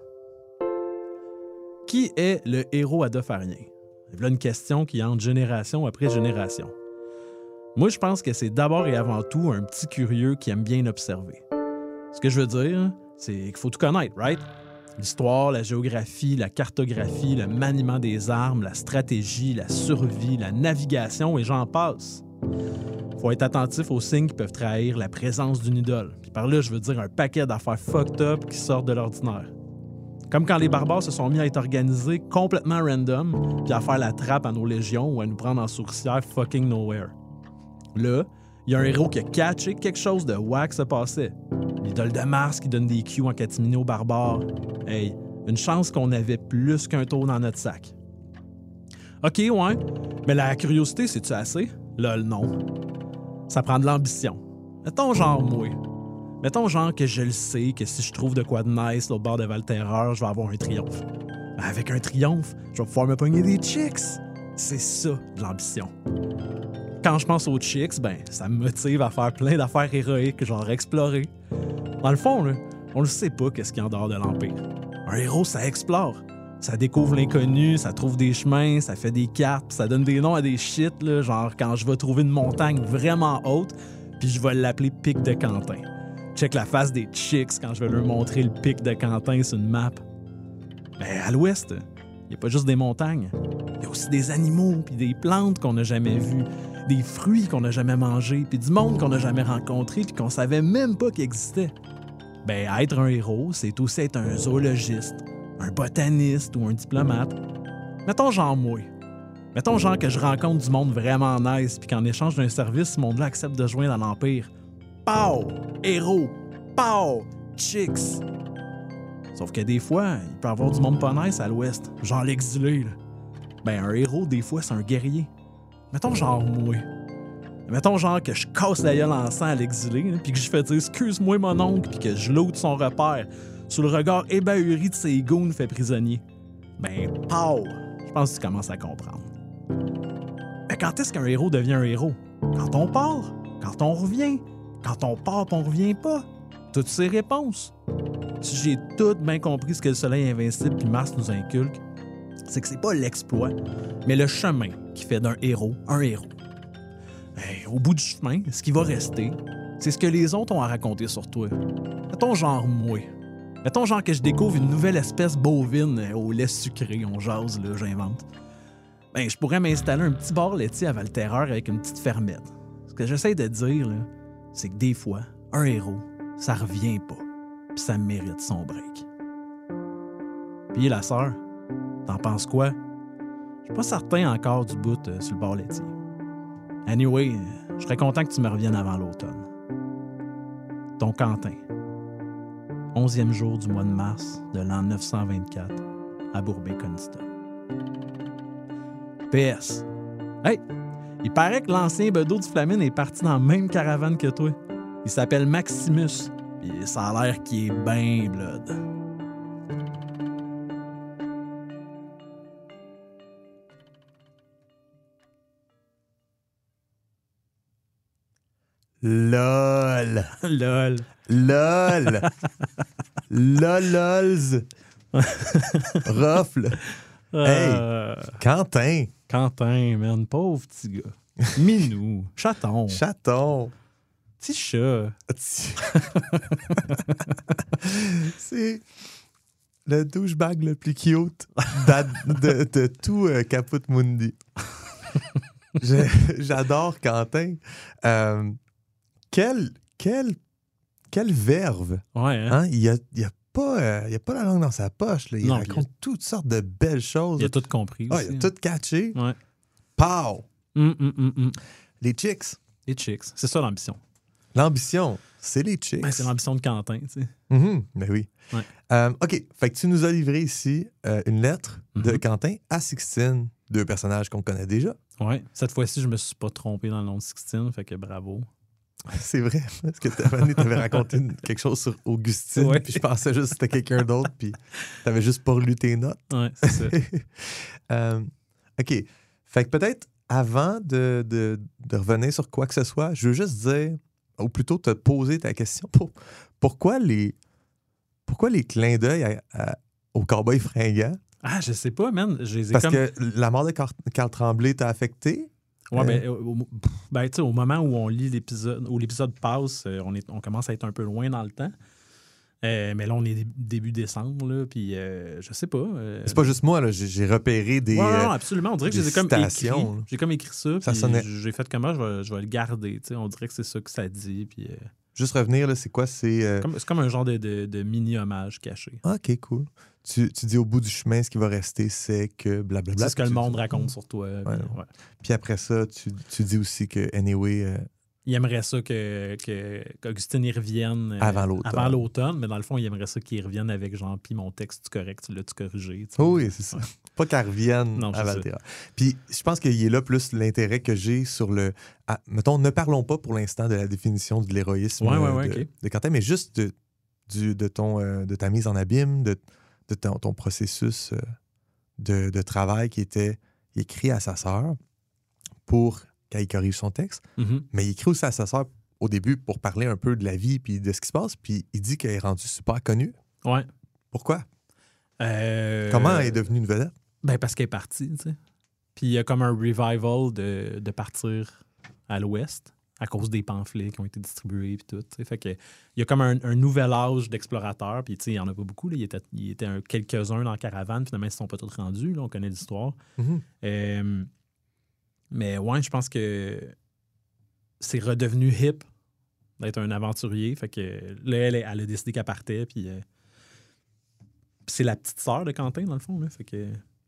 Qui est le héros adopharien? Voilà une question qui entre génération après génération. Moi, je pense que c'est d'abord et avant tout un petit curieux qui aime bien observer. Ce que je veux dire, c'est qu'il faut tout connaître, right? L'histoire, la géographie, la cartographie, le maniement des armes, la stratégie, la survie, la navigation et j'en passe. Faut être attentif aux signes qui peuvent trahir la présence d'une idole. Puis par là, je veux dire un paquet d'affaires fucked up qui sortent de l'ordinaire. Comme quand les barbares se sont mis à être organisés complètement random, puis à faire la trappe à nos légions ou à nous prendre en souricière fucking nowhere. Là, il y a un héros qui a catché quelque chose de wack se passait. L'idole de Mars qui donne des cues en catimini aux barbares. Hey, une chance qu'on avait plus qu'un tour dans notre sac. OK, ouais, mais la curiosité, c'est-tu assez? Lol, non. Ça prend de l'ambition. Mettons genre moi. Mettons genre que je le sais que si je trouve de quoi de nice au bord de Val-Terreur, je vais avoir un triomphe. Ben, avec un triomphe, je vais pouvoir me pogner des chicks. C'est ça, de l'ambition. Quand je pense aux chicks, ben, ça me motive à faire plein d'affaires héroïques, genre explorer. Dans le fond, là, on le sait pas qu'est-ce qu'il y a en dehors de l'Empire. Un héros, ça explore. Ça découvre l'inconnu, ça trouve des chemins, ça fait des cartes, pis ça donne des noms à des shit, là, genre quand je vais trouver une montagne vraiment haute, puis je vais l'appeler Pic de Quentin. Check la face des chicks quand je vais leur montrer le Pic de Quentin sur une map. Mais à l'ouest, il y a pas juste des montagnes. Il y a aussi des animaux, puis des plantes qu'on n'a jamais vues, des fruits qu'on n'a jamais mangés, puis du monde qu'on n'a jamais rencontré, puis qu'on savait même pas qu'il existait. Ben, être un héros, c'est aussi être un zoologiste, un botaniste ou un diplomate. Mettons genre moi. Mettons genre que je rencontre du monde vraiment nice puis qu'en échange d'un service, ce monde-là accepte de joindre à l'Empire. Pow! Héros! Pow! Chicks! Sauf que des fois, il peut y avoir du monde pas nice à l'ouest, genre l'exilé. Là. Ben, un héros, des fois, c'est un guerrier. Mettons genre moi. Mettons genre que je casse la gueule en sang à l'exilé, puis que je fais dire « Excuse-moi, mon oncle », puis que je loot son repère, sous le regard ébahuri de ses goons fait prisonnier. Ben, pow! Je pense que tu commences à comprendre. Mais quand est-ce qu'un héros devient un héros? Quand on part? Quand on revient? Quand on part pis on revient pas? Toutes ces réponses. Si j'ai tout bien compris ce que le soleil invincible puis Mars nous inculque, c'est que c'est pas l'exploit, mais le chemin qui fait d'un héros un héros. Ben, au bout du chemin, ce qui va rester, c'est ce que les autres ont à raconter sur toi. Mettons genre moi. Mettons genre que je découvre une nouvelle espèce bovine au lait sucré, on jase, là, j'invente. Ben, je pourrais m'installer un petit bar laitier à Val-Terreur avec une petite fermette. Ce que j'essaie de dire, là, c'est que des fois, un héros, ça revient pas, puis ça mérite son break. Puis la sœur, t'en penses quoi? Je suis pas certain encore du bout sur le bar laitier. Anyway, je serais content que tu me reviennes avant l'automne. Ton Quentin. 11e jour du mois de mars de l'an 924 à Bourbet-Coniston. PS. Hey! Il paraît que l'ancien bedeau du Flamine est parti dans la même caravane que toi. Il s'appelle Maximus, puis ça a l'air qu'il est ben blood. LOL! Lol. LOL! LOLOLS! Ruffle! Hey! Quentin! Quentin, man, pauvre petit gars. Minou, chaton, Chaton! petit chat. C'est le douchebag le plus cute de tout Caput Mundi. J'adore Quentin. Quelle verve! Ouais, hein? Hein? Il y a pas la langue dans sa poche. Là. Il Non, raconte toutes sortes de belles choses. Il a tout compris Ah, aussi. il a tout catché. Ouais. Pow! Les Les chicks. chicks, c'est ça l'ambition. L'ambition, c'est les chicks. Ben, c'est l'ambition de Quentin, tu sais. Ben oui. Ouais. OK. Fait que tu nous as livré ici une lettre de Mhm. Quentin à Sixtine, deux personnages qu'on connaît déjà. Ouais. Cette fois-ci, je me suis pas trompé dans le nom de Sixtine, fait que bravo. C'est vrai. Parce que t'avais raconté quelque chose sur Augustine, Ouais. puis je pensais juste que c'était quelqu'un d'autre, puis t'avais juste pas relu tes notes. Ouais, c'est ça. OK. Fait que peut-être, avant de revenir sur quoi que ce soit, je veux juste dire, ou plutôt te poser ta question, pourquoi les clins d'œil au cowboy fringant? Ah, je sais pas, man. Je les ai Parce comme... que la mort de Carl Tremblay t'a affecté? Ouais, ben, tu sais, au moment où on lit l'épisode, où l'épisode passe, on commence à être un peu loin dans le temps. Mais là, on est début décembre, là, puis je sais pas. C'est pas juste moi, là, j'ai repéré des... Ouais, non, absolument. On dirait que des je les ai comme écrit. citations, là. J'ai comme écrit ça, Ça puis sonnait- j'ai fait comment je vais le garder. Tu sais, on dirait que c'est ça que ça dit, puis Juste revenir, là, c'est quoi? C'est... c'est comme un genre de mini-hommage caché. OK, cool. Tu dis au bout du chemin, ce qui va rester, c'est que blablabla. C'est ce que le Puis monde raconte sur toi. Ouais. Puis, ouais. Puis après ça, tu dis aussi que, anyway, Il aimerait ça qu'Augustine y revienne Avant l'automne, mais dans le fond, il aimerait ça qu'il revienne avec genre, puis mon texte, tu correct, tu l'as-tu corrigé? Oui, c'est ça. Pas qu'elle revienne à Valterra. Puis je pense qu'il est là plus l'intérêt que j'ai sur le... mettons, ne parlons pas pour l'instant de la définition de l'héroïsme de Quentin, mais juste de ta mise en abîme, de ton processus de travail qui était écrit à sa sœur pour qu'elle corrige son texte. Mm-hmm. Mais il écrit aussi à sa sœur au début pour parler un peu de la vie puis de ce qui se passe, puis il dit qu'elle est rendue super connue. Ouais. Pourquoi? Comment elle est devenue une vedette? Ben parce qu'elle est partie, tu sais. Puis il y a comme un revival de partir à l'ouest à cause des pamphlets qui ont été distribués puis tout, tu sais. Fait que il y a comme un nouvel âge d'explorateurs, puis tu sais, il y en a pas beaucoup, là. Il était quelques-uns dans la caravane, finalement ils ne sont pas tous rendus, là, on connaît l'histoire. Mm-hmm. Mais ouais, je pense que c'est redevenu hip d'être un aventurier. Fait que là, elle a décidé qu'elle partait. Puis c'est la petite sœur de Quentin, dans le fond. Là, fait que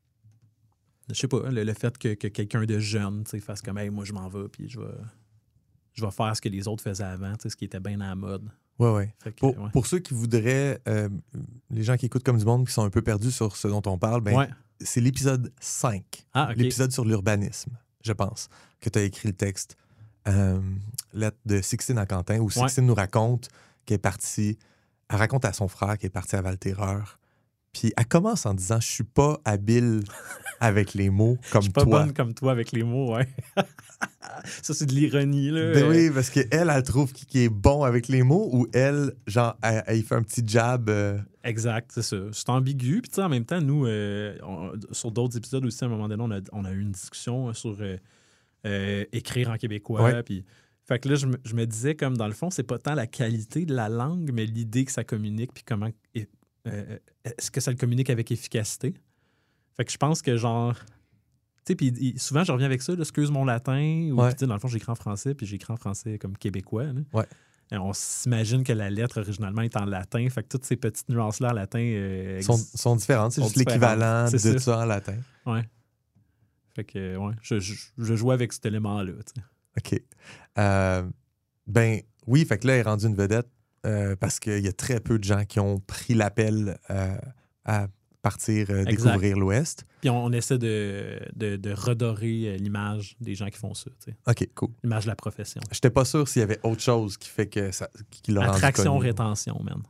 je sais pas, le fait que quelqu'un de jeune fasse comme hey, moi, je m'en vais, puis je vais faire ce que les autres faisaient avant, ce qui était bien à la mode. Oui. Pour ceux qui voudraient, les gens qui écoutent Comme du monde, qui sont un peu perdus sur ce dont on parle, c'est l'épisode 5, l'épisode sur l'urbanisme. Je pense, que tu as écrit le texte lettre de Sixtine à Quentin, où Sixtine nous raconte qu'elle est partie, elle raconte à son frère qu'elle est partie à Valterreur. Puis elle commence en disant « Je suis pas habile avec les mots comme toi. » Je suis pas bonne comme toi avec les mots, ouais. Ça, c'est de l'ironie, là. Ben oui, parce qu'elle trouve qu'il est bon avec les mots, ou elle, genre, elle fait un petit jab. Exact, c'est ça. C'est ambigu. Puis, tu sais, en même temps, nous, sur d'autres épisodes aussi, à un moment donné, on a eu une discussion sur écrire en québécois. Ouais. Puis, fait que là, je me disais, comme dans le fond, c'est pas tant la qualité de la langue, mais l'idée que ça communique, puis comment. Est-ce que ça le communique avec efficacité? Fait que je pense que, genre. Tu sais, puis souvent, je reviens avec ça, là, excuse mon latin, ou puis, dans le fond, j'écris en français, puis j'écris en français comme québécois. Là. Ouais. Et on s'imagine que la lettre, originalement, est en latin. Fait que toutes ces petites nuances-là en latin... sont différentes. C'est juste l'équivalent de ça en latin. Ouais. Fait que, ouais, je jouais avec cet élément-là, tu sais. OK. Ben, oui, fait que là, elle est rendue une vedette parce qu'il y a très peu de gens qui ont pris l'appel à partir découvrir l'Ouest. Puis on essaie de redorer l'image des gens qui font ça. Tu sais. OK, cool. L'image de la profession. J'étais pas sûr s'il y avait autre chose qui fait que ça qui l'a rendu Attraction, connu. rétention, man.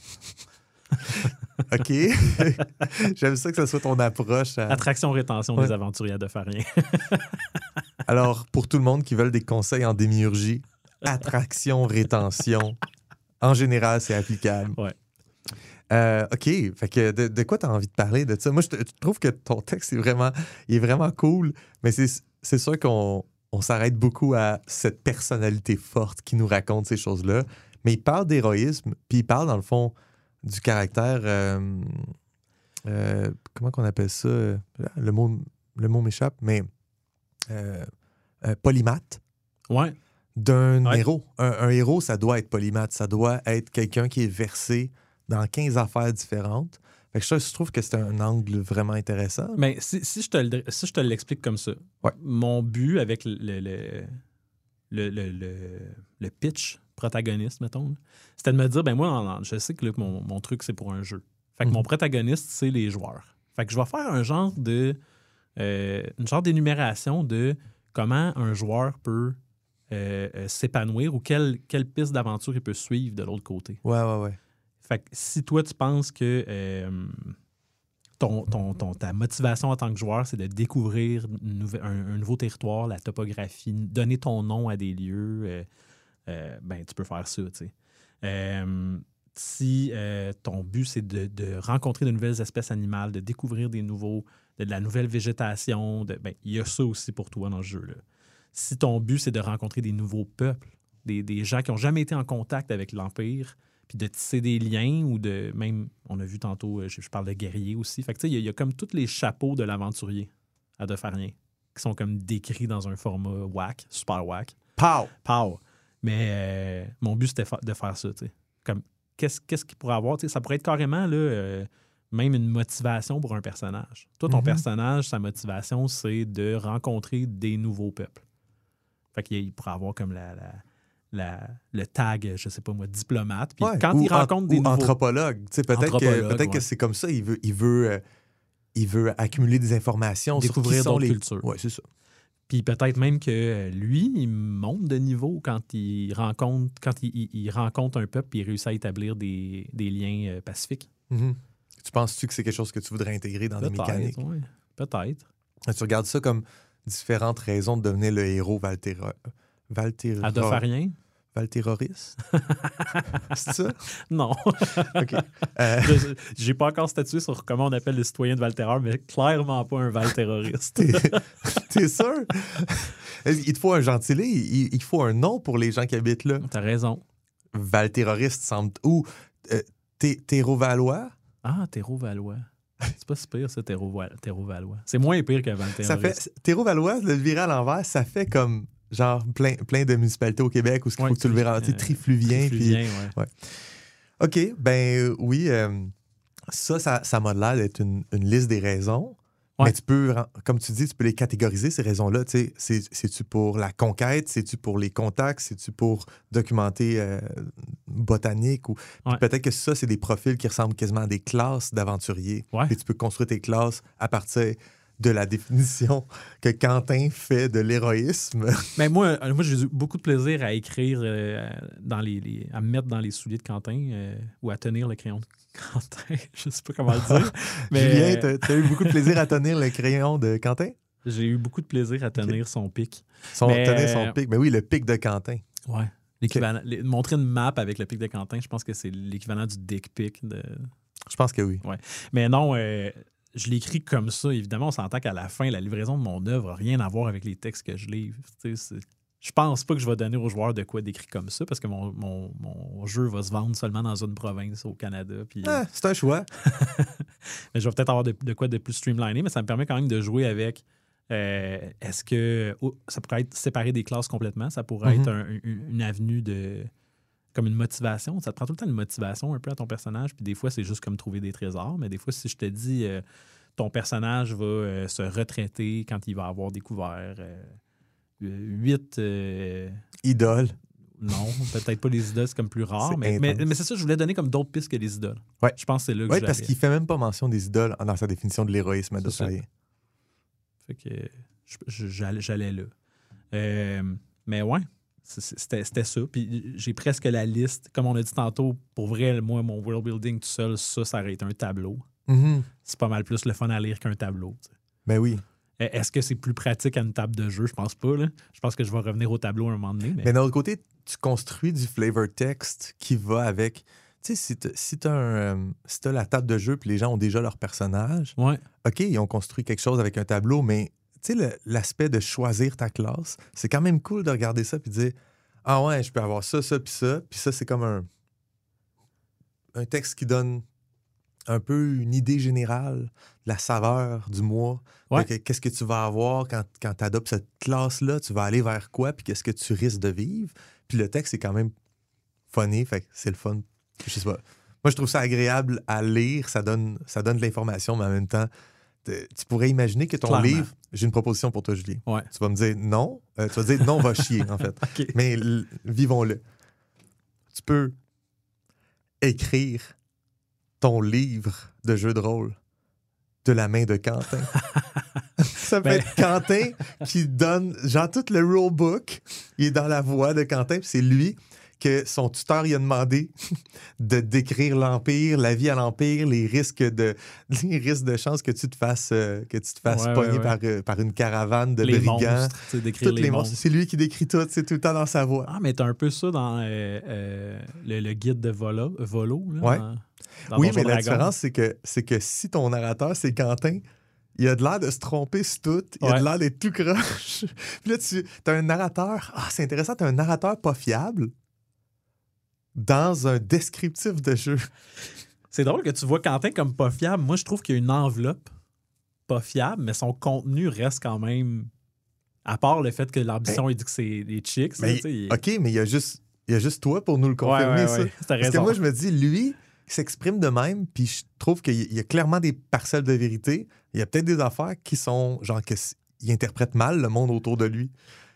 OK. J'aime ça que ce soit ton approche. Attraction, rétention des aventuriers à Defarien. Alors, pour tout le monde qui veut des conseils en démiurgie, attraction, rétention, en général, c'est applicable. Ouais. OK. Fait que de quoi tu as envie de parler de ça? Moi, je trouve que ton texte est vraiment cool, mais c'est sûr qu'on s'arrête beaucoup à cette personnalité forte qui nous raconte ces choses-là. Mais il parle d'héroïsme, puis il parle, dans le fond, du caractère... comment qu'on appelle ça? Le mot m'échappe, mais polymathe. Ouais. D'un héros. Un héros, ça doit être polymathe. Ça doit être quelqu'un qui est versé dans 15 affaires différentes. Fait que je trouve que c'est un angle vraiment intéressant. Mais si je te l'explique comme ça, mon but avec le pitch protagoniste, mettons, c'était de me dire, ben moi, je sais que là, mon truc, c'est pour un jeu. Fait que mon protagoniste, c'est les joueurs. Fait que je vais faire un genre une genre d'énumération de comment un joueur peut s'épanouir ou quelle piste d'aventure il peut suivre de l'autre côté. Ouais. Fait que si toi, tu penses que ta motivation en tant que joueur, c'est de découvrir un nouveau territoire, la topographie, donner ton nom à des lieux, ben tu peux faire ça, tu sais. Si ton but, c'est de rencontrer de nouvelles espèces animales, de découvrir de la nouvelle végétation, ben il y a ça aussi pour toi dans ce jeu-là. Si ton but, c'est de rencontrer des nouveaux peuples, des gens qui n'ont jamais été en contact avec l'Empire, puis de tisser des liens ou de... Même, on a vu tantôt, je parle de guerrier aussi. Fait que, tu sais, il y a comme tous les chapeaux de l'aventurier à Defarien qui sont comme décrits dans un format whack, super whack. Pow! Mais mon but, c'était de faire ça, tu sais. Comme, qu'est-ce qu'il pourrait avoir? Tu sais, ça pourrait être carrément, là, même une motivation pour un personnage. Toi, ton personnage, sa motivation, c'est de rencontrer des nouveaux peuples. Fait qu'il pourrait avoir comme le tag, je sais pas moi, diplomate. Puis Ouais, quand il rencontre des nouveaux... anthropologue. Tu sais, peut-être que ouais. c'est comme ça. Il veut accumuler des informations Découvrir sur qui sont d'autres cultures. Oui, c'est ça. Puis peut-être même que lui, il monte de niveau quand il rencontre un peuple et il réussit à établir des liens pacifiques. Mm-hmm. Tu penses-tu que c'est quelque chose que tu voudrais intégrer dans des mécaniques? Ouais, peut-être. Tu regardes ça comme différentes raisons de devenir le héros Adolpharien? Valterroriste? C'est ça? Non. OK. J'ai pas encore statué sur comment on appelle le citoyen de Val-Terreur, mais clairement pas un Val-terroriste. T'es sûr? Il te faut un gentilé, il faut un nom pour les gens qui habitent là. T'as raison. Valterroriste semble... Ou Terreau-Valois? Ah, Terreau-Valois. C'est pas si pire, ça, Terreau-Valois. C'est moins pire que Val-terroriste. Terreau-Valois, le virer à l'envers, ça fait comme... Genre plein de municipalités au Québec où il faut que tu le vires, Trifluvien. Ouais. OK, ben oui, ça m'a l'air d'être une liste des raisons. Ouais. Mais tu peux, comme tu dis, tu peux les catégoriser, ces raisons-là. C'est-tu pour la conquête? C'est-tu pour les contacts? C'est-tu pour documenter botanique? Ouais. Peut-être que ça, c'est des profils qui ressemblent quasiment à des classes d'aventuriers. Ouais. Et tu peux construire tes classes à partir de la définition que Quentin fait de l'héroïsme. Mais moi j'ai eu beaucoup de plaisir à écrire, à me mettre dans les souliers de Quentin ou à tenir le crayon de Quentin. Je sais pas comment le dire. Mais... Julien, t'as eu beaucoup de plaisir à tenir le crayon de Quentin? J'ai eu beaucoup de plaisir à tenir son pic. Tenir son pic. Mais oui, le pic de Quentin. Ouais. L'équivalent. Montrer une map avec le pic de Quentin, je pense que c'est l'équivalent du dick pic. Je pense que oui. Ouais. Mais non... je l'écris comme ça. Évidemment, on s'entend qu'à la fin, la livraison de mon œuvre n'a rien à voir avec les textes que je livre. Je pense pas que je vais donner aux joueurs de quoi d'écrit comme ça parce que mon jeu va se vendre seulement dans une province au Canada. Puis, c'est un choix. Mais je vais peut-être avoir de quoi de plus streamliné, mais ça me permet quand même de jouer avec... est-ce que ça pourrait être séparé des classes complètement? Ça pourrait être une avenue de... comme une motivation. Ça te prend tout le temps une motivation un peu à ton personnage. Puis des fois, c'est juste comme trouver des trésors. Mais des fois, si je te dis ton personnage va se retraiter quand il va avoir découvert 8... idoles. Non, peut-être pas les idoles, c'est comme plus rare. Mais c'est ça, je voulais donner comme d'autres pistes que les idoles. Ouais. Je pense que c'est là que Oui, parce qu'il fait même pas mention des idoles dans sa définition de l'héroïsme de Soleil. Fait que j'allais là. Mais ouais. C'était ça. Puis j'ai presque la liste. Comme on a dit tantôt, pour vrai, moi, mon world building tout seul, ça aurait été un tableau. Mm-hmm. C'est pas mal plus le fun à lire qu'un tableau. T'sais. Ben oui. Est-ce que c'est plus pratique à une table de jeu? Je pense pas. Là. Je pense que je vais revenir au tableau à un moment donné. Mais d'un autre côté, tu construis du flavor text qui va avec... Tu sais, si t'as la table de jeu puis les gens ont déjà leur personnage, ouais. OK, ils ont construit quelque chose avec un tableau, mais... Tu sais, l'aspect de choisir ta classe, c'est quand même cool de regarder ça puis de dire « Ah ouais, je peux avoir ça, ça, puis ça. » Puis ça, c'est comme un texte qui donne un peu une idée générale de la saveur du mois. Ouais. Qu'est-ce que tu vas avoir quand tu adoptes cette classe-là? Tu vas aller vers quoi? Puis qu'est-ce que tu risques de vivre? Puis le texte est quand même funny, fait que c'est le fun. Je sais pas. Moi, je trouve ça agréable à lire. Ça donne de l'information, mais en même temps... Tu pourrais imaginer que ton livre... J'ai une proposition pour toi, Julien. Ouais. Tu vas me dire non. Tu vas dire non, va chier, en fait. Okay. Mais vivons-le. Tu peux écrire ton livre de jeu de rôle de la main de Quentin. Ça peut être Quentin qui donne... Genre, tout le rulebook, il est dans la voix de Quentin, puis c'est lui... que son tuteur lui a demandé de décrire l'Empire, la vie à l'Empire, les risques de chance que tu te fasses pogner par une caravane de brigands. Décrire les monstres. C'est lui qui décrit tout, c'est tout le temps dans sa voix. Ah, mais t'as un peu ça dans le guide de Volo. Là, ouais. Dans oui, mais la différence, c'est que si ton narrateur, c'est Quentin, il a de l'air de se tromper sur tout. Il a de l'air d'être tout croche. Puis là, t'as un narrateur. Ah, c'est intéressant, t'as un narrateur pas fiable dans un descriptif de jeu. C'est drôle que tu vois Quentin comme pas fiable. Moi, je trouve qu'il y a une enveloppe pas fiable, mais son contenu reste quand même... À part le fait que l'ambition, il dit que c'est des chicks. OK, mais il y a juste toi pour nous le confirmer, ça. Parce que moi, je me dis, lui, il s'exprime de même, puis je trouve qu'il y a clairement des parcelles de vérité. Il y a peut-être des affaires qui sont... genre, qu'il interprète mal le monde autour de lui.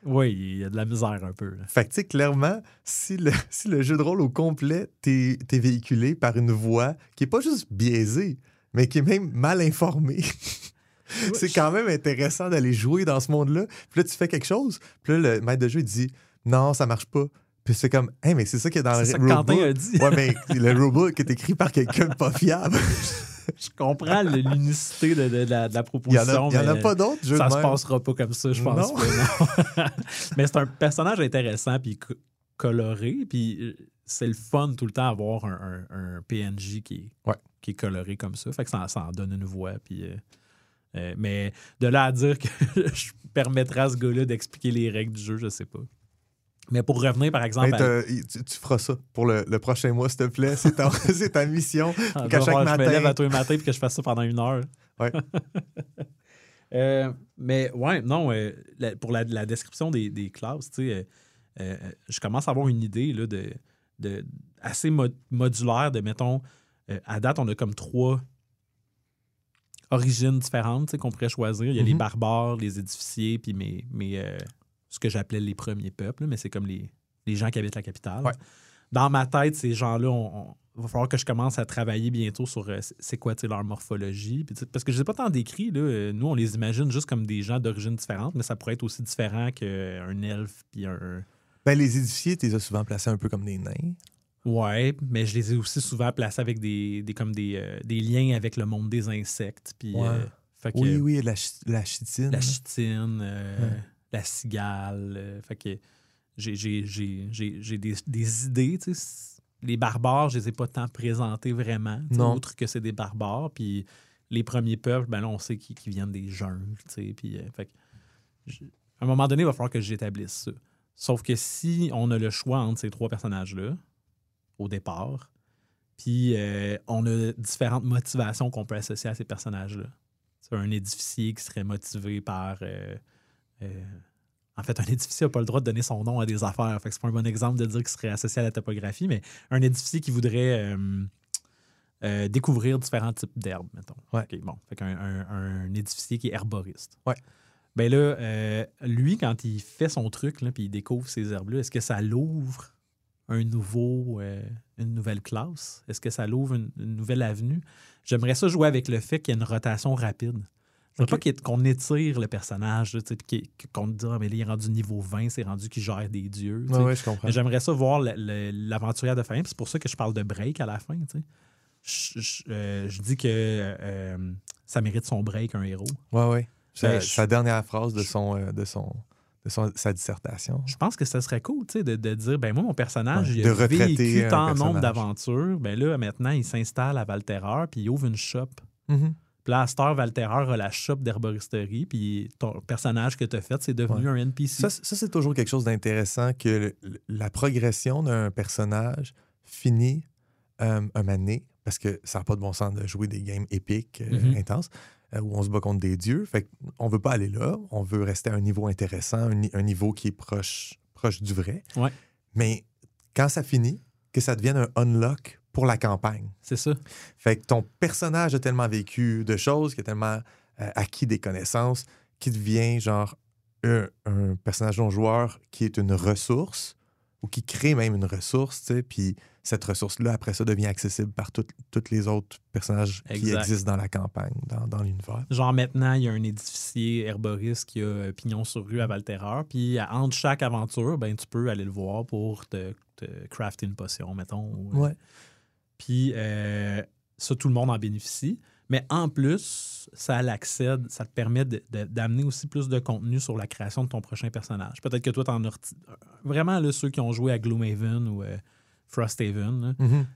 Oui, il y a de la misère un peu. Là. Fait que, tu sais, clairement, si le jeu de rôle au complet t'es véhiculé par une voix qui est pas juste biaisée, mais qui est même mal informée, c'est quand même intéressant d'aller jouer dans ce monde-là. Puis là, tu fais quelque chose, puis là, le maître de jeu, il dit « Non, ça marche pas. » Puis c'est comme « Hey, mais c'est ça qu'il y a dans c'est ça le que robot. » Quentin a dit. Ouais, mais le robot qui est écrit par quelqu'un de pas fiable. Je comprends l'unicité de la proposition. Il y en a pas d'autres jeux ça de se même. passera pas comme ça, je pense Non. pas. Non. Mais c'est un personnage intéressant puis coloré. Puis c'est le fun tout le temps d'avoir un PNJ qui est coloré comme ça. Fait que ça en donne une voix. Puis, mais de là à dire que je permettrai à ce gars-là d'expliquer les règles du jeu, je sais pas. Mais pour revenir, par exemple... tu feras ça pour le prochain mois, s'il te plaît. C'est ta mission. Ah, qu'à chaque matin... Je me lève à tous les matins et que je fasse ça pendant 1 heure. Ouais. Mais ouais, non, pour la description des classes, tu sais, je commence à avoir une idée là, de assez modulaire de, mettons, à date, on a comme 3 origines différentes, tu sais, qu'on pourrait choisir. Il y a les barbares, les édificiers, puis ce que j'appelais les premiers peuples, mais c'est comme les gens qui habitent la capitale. Ouais. Dans ma tête, ces gens-là, il va falloir que je commence à travailler bientôt sur c'est quoi leur morphologie. Puis, parce que je ne les ai pas tant décrits. Là. Nous, on les imagine juste comme des gens d'origine différente, mais ça pourrait être aussi différent qu'un elfe puis un... Ben, les édifiés, tu les as souvent placés un peu comme des nains. Ouais, mais je les ai aussi souvent placés avec des liens avec le monde des insectes. Puis, fait que, oui, la chitine. La chitine, la cigale. Fait que j'ai des idées, tu sais. Les barbares, je les ai pas tant présentés vraiment, autre que c'est des barbares. Puis les premiers peuples, ben là, on sait qu'ils viennent des jungles, tu sais. Puis, fait que, à un moment donné, il va falloir que j'établisse ça. Sauf que si on a le choix entre ces 3 personnages-là, au départ, puis on a différentes motivations qu'on peut associer à ces personnages-là. C'est un édificier qui serait motivé par... En fait, un édificier n'a pas le droit de donner son nom à des affaires. Fait que c'est pas un bon exemple de dire qu'il serait associé à la topographie, mais un édificier qui voudrait découvrir différents types d'herbes, mettons. Ouais. Okay, bon. Fait un édificier qui est herboriste. Ouais. Ben là, lui, quand il fait son truc, là, puis il découvre ces herbes-là, est-ce que ça l'ouvre une nouvelle classe? Est-ce que ça l'ouvre une nouvelle avenue? J'aimerais ça jouer avec le fait qu'il y a une rotation rapide. Je veux pas qu'on étire le personnage, qu'on te dise mais il est rendu niveau 20, c'est rendu qu'il gère des dieux. Oui, je comprends. Mais j'aimerais ça voir l'aventurière de fin. C'est pour ça que je parle de break à la fin. Je dis que ça mérite son break, un héros. Oui. Sa dernière phrase de sa dissertation. Je pense que ça serait cool de dire ben moi, mon personnage, il a vécu tant nombre d'aventures. Ben là, maintenant, il s'installe à Val-Terreur puis il ouvre une shop. Mm-hmm. Puis là, à cette heure, Val-Terreur a la shop d'herboristerie, puis ton personnage que tu as fait, c'est devenu un NPC. Ça, c'est toujours quelque chose d'intéressant, que la progression d'un personnage finit un moment donné, parce que ça n'a pas de bon sens de jouer des games épiques, intenses, où on se bat contre des dieux. Fait qu'on ne veut pas aller là, on veut rester à un niveau intéressant, un niveau qui est proche du vrai. Ouais. Mais quand ça finit, que ça devienne un unlock pour la campagne. C'est ça. Fait que ton personnage a tellement vécu de choses, qu'il a tellement acquis des connaissances, qu'il devient genre un personnage non-joueur qui est une ressource ou qui crée même une ressource, tu sais, puis cette ressource-là, après ça, devient accessible par tous les autres personnages qui existent dans la campagne, dans l'univers. Genre maintenant, il y a un édificier herboriste qui a pignon sur rue à Val-Terreur, puis entre chaque aventure, ben tu peux aller le voir pour te crafter une potion, mettons. Ouais. Puis ça, tout le monde en bénéficie. Mais en plus, ça l'accède, ça te permet d'amener aussi plus de contenu sur la création de ton prochain personnage. Peut-être que toi, t'en as... Vraiment, là, ceux qui ont joué à Gloomhaven ou Frosthaven,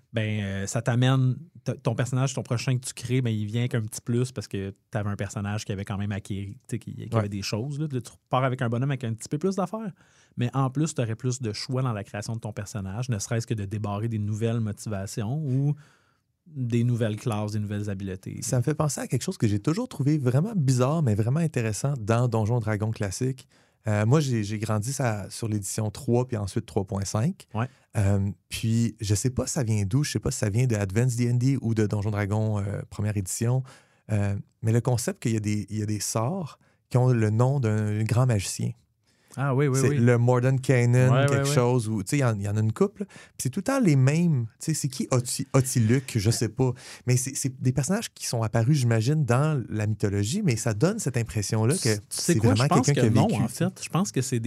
ça t'amène... Ton personnage, ton prochain que tu crées, ben, il vient avec un petit plus parce que tu avais un personnage qui avait quand même acquis, qui avait des choses. Là. Tu pars avec un bonhomme avec un petit peu plus d'affaires. Mais en plus, tu aurais plus de choix dans la création de ton personnage, ne serait-ce que de débarrer des nouvelles motivations ou des nouvelles classes, des nouvelles habiletés. Ça me fait penser à quelque chose que j'ai toujours trouvé vraiment bizarre, mais vraiment intéressant dans Donjons Dragons classique. Moi, j'ai grandi ça sur l'édition 3 puis ensuite 3.5. Ouais. Puis, je sais pas ça vient d'où. Je sais pas si ça vient de Advanced D&D ou de Donjons Dragons première édition. Mais le concept qu'il y a des sorts qui ont le nom d'un grand magicien. Ah oui, oui, c'est oui. le Morden Cannon, Ouais, quelque ouais. chose où, tu sais, il y en a une couple. Puis c'est tout le temps les mêmes. Tu sais, c'est qui Otiluc, je sais pas. Mais c'est des personnages qui sont apparus, j'imagine, dans la mythologie, mais ça donne cette impression-là que c'est quoi? vraiment Je pense quelqu'un que qui a non, vécu. en fait. Je pense que c'est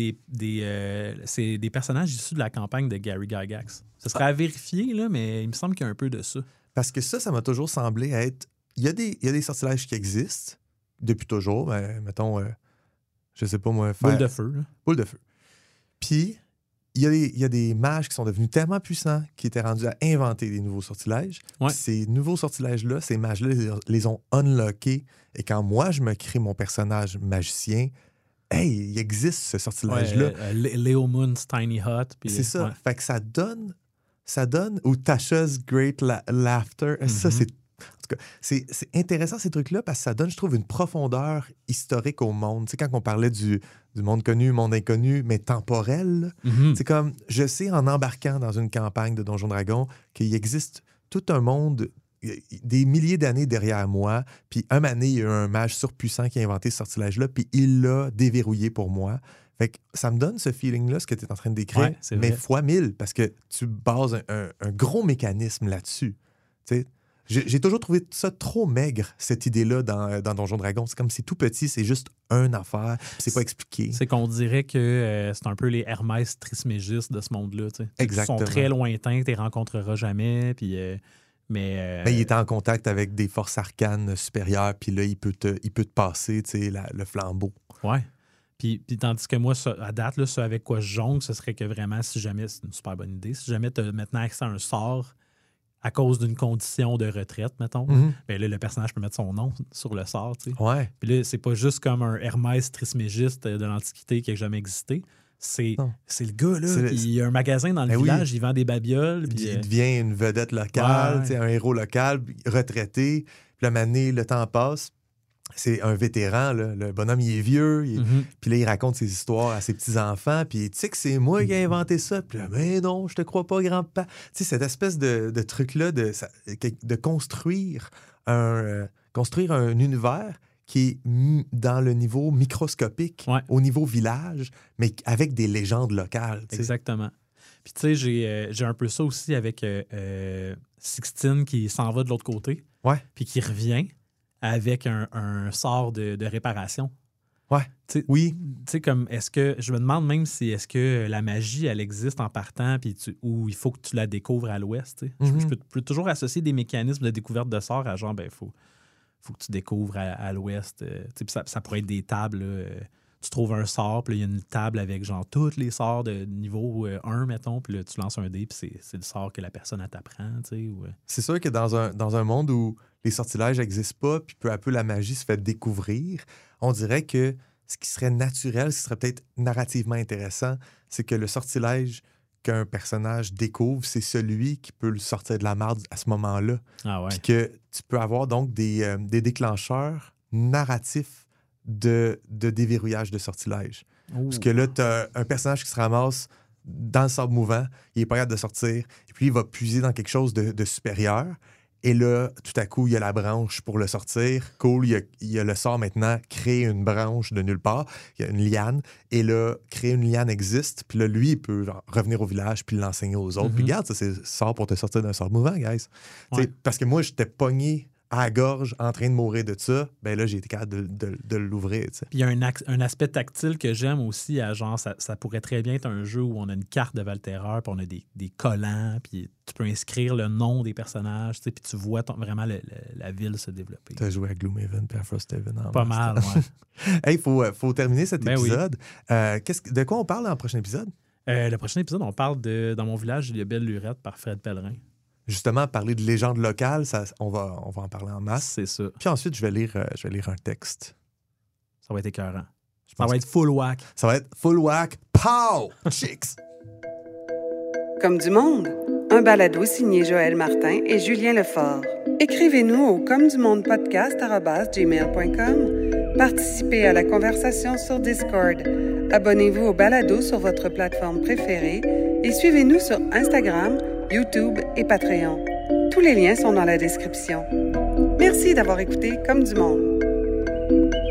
des personnages issus de la campagne de Gary Gygax. Ce serait à vérifier, là, mais il me semble qu'il y a un peu de ça. Parce que ça m'a toujours semblé être... Il y a des sortilèges qui existent depuis toujours. Ben, mettons, je sais pas moi... Boule de feu, là. Boule de feu. Puis, il y a des mages qui sont devenus tellement puissants qu'ils étaient rendus à inventer des nouveaux sortilèges. Ouais. Puis ces nouveaux sortilèges-là, ces mages-là les ont unlockés. Et quand moi, je me crée mon personnage magicien, hey, il existe ce sortilège-là. Leo Moon's Tiny Hut. Puis, C'est ça. ouais. Fait que ça donne, ou Tasha's Great Laughter. Ça, c'est... En tout cas, c'est intéressant ces trucs-là parce que ça donne, je trouve, une profondeur historique au monde. Tu sais, quand on parlait du monde connu, monde inconnu, mais temporel, Mhm. c'est comme, je sais en embarquant dans une campagne de Donjons Dragons qu'il existe tout un monde, des milliers d'années derrière moi, puis un année, il y a eu un mage surpuissant qui a inventé ce sortilège-là, puis il l'a déverrouillé pour moi. Fait que ça me donne ce feeling-là, ce que tu es en train de décrire, Ouais, c'est vrai. mais fois 1000, parce que tu bases un gros mécanisme là-dessus. Tu sais, j'ai toujours trouvé ça trop maigre, cette idée-là, dans Donjons Dragons. C'est comme c'est tout petit, c'est juste une affaire, puis c'est pas expliqué. C'est qu'on dirait que c'est un peu les Hermès Trismégis de ce monde-là. Tu sais. Exactement. Ils sont très lointains, tu les rencontreras jamais. Puis, mais il était en contact avec des forces arcanes supérieures, puis là, il peut te passer, tu sais, le flambeau. ouais. Puis tandis que moi, à date, là, ce avec quoi je jongle, ce serait que vraiment, si jamais, c'est une super bonne idée, si jamais tu as maintenant accès à un sort à cause d'une condition de retraite, mettons, bien là, le personnage peut mettre son nom sur le sort, tu sais. Ouais. Puis là, c'est pas juste comme un Hermès Trismégiste de l'Antiquité qui n'a jamais existé. C'est le gars, là. Puis il y a un magasin dans le village, il vend des babioles. Puis il devient une vedette locale, tu sais, un héros local, retraité. Puis là, mané, le temps passe. C'est un vétéran, là. Le bonhomme, il est vieux. Puis là, il raconte ses histoires à ses petits-enfants. Puis tu sais que c'est moi qui ai inventé ça. Puis là, mais non, je te crois pas, grand-papa. Tu sais, cette espèce de truc-là de construire un univers qui est dans le niveau microscopique, au niveau village, mais avec des légendes locales. Tu sais. Exactement. Puis tu sais, j'ai un peu ça aussi avec Sixtine qui s'en va de l'autre côté. Ouais. Puis qui revient avec un sort de réparation. Ouais. T'sais, oui. Tu sais, comme, est-ce que, je me demande même si est-ce que la magie, elle existe en partant, puis ou il faut que tu la découvres à l'ouest, tu sais. Je peux toujours associer des mécanismes de découverte de sorts à genre, ben, faut que tu découvres à l'ouest. Tu sais, ça pourrait être des tables, là, tu trouves un sort, puis il y a une table avec genre tous les sorts de niveau 1, mettons, puis là, tu lances un dé, puis c'est le sort que la personne t'apprend, tu sais. Ou... C'est sûr que dans un monde où les sortilèges n'existent pas, puis peu à peu la magie se fait découvrir, on dirait que ce qui serait naturel, ce qui serait peut-être narrativement intéressant, c'est que le sortilège qu'un personnage découvre, c'est celui qui peut le sortir de la marde à ce moment-là. Ah ouais. Puis que tu peux avoir donc des déclencheurs narratifs de déverrouillage de sortilège. Parce que là, tu as un personnage qui se ramasse dans le sable mouvant, il est pas capable de sortir, et puis il va puiser dans quelque chose de supérieur. Et là, tout à coup, il y a la branche pour le sortir. Cool, il y a le sort maintenant, créer une branche de nulle part. Il y a une liane. Et là, créer une liane existe. Puis là, lui, il peut genre, revenir au village puis l'enseigner aux autres. Puis regarde, ça, c'est le sort pour te sortir d'un sort mouvant, guys. Ouais. Parce que moi, j'étais pogné à la gorge en train de mourir de ça. Ben là, j'ai été capable de l'ouvrir. T'sais. Puis il y a un aspect tactile que j'aime aussi. À genre, ça pourrait très bien être un jeu où on a une carte de Valterreur, puis on a des collants, puis tu peux inscrire le nom des personnages, puis tu vois vraiment la ville se développer. Tu as joué à Gloomhaven puis à Frosthaven. Pas mal, ouais. Hey, faut terminer cet épisode. Oui. De quoi on parle dans le prochain épisode? Le prochain épisode, on parle de Dans mon village, il y a Belle Lurette par Fred Pellerin. Justement, parler de légendes locales, on va en parler en masse. C'est ça. Puis ensuite, je vais lire un texte. Ça va être écœurant. Ça va être full whack. Ça va être full whack. Pow! Chicks! Comme du monde, un balado signé Joël Martin et Julien Lefort. Écrivez-nous au comedumondepodcast@gmail.com. Participez à la conversation sur Discord. Abonnez-vous au balado sur votre plateforme préférée et suivez-nous sur Instagram, YouTube et Patreon. Tous les liens sont dans la description. Merci d'avoir écouté Comme du monde.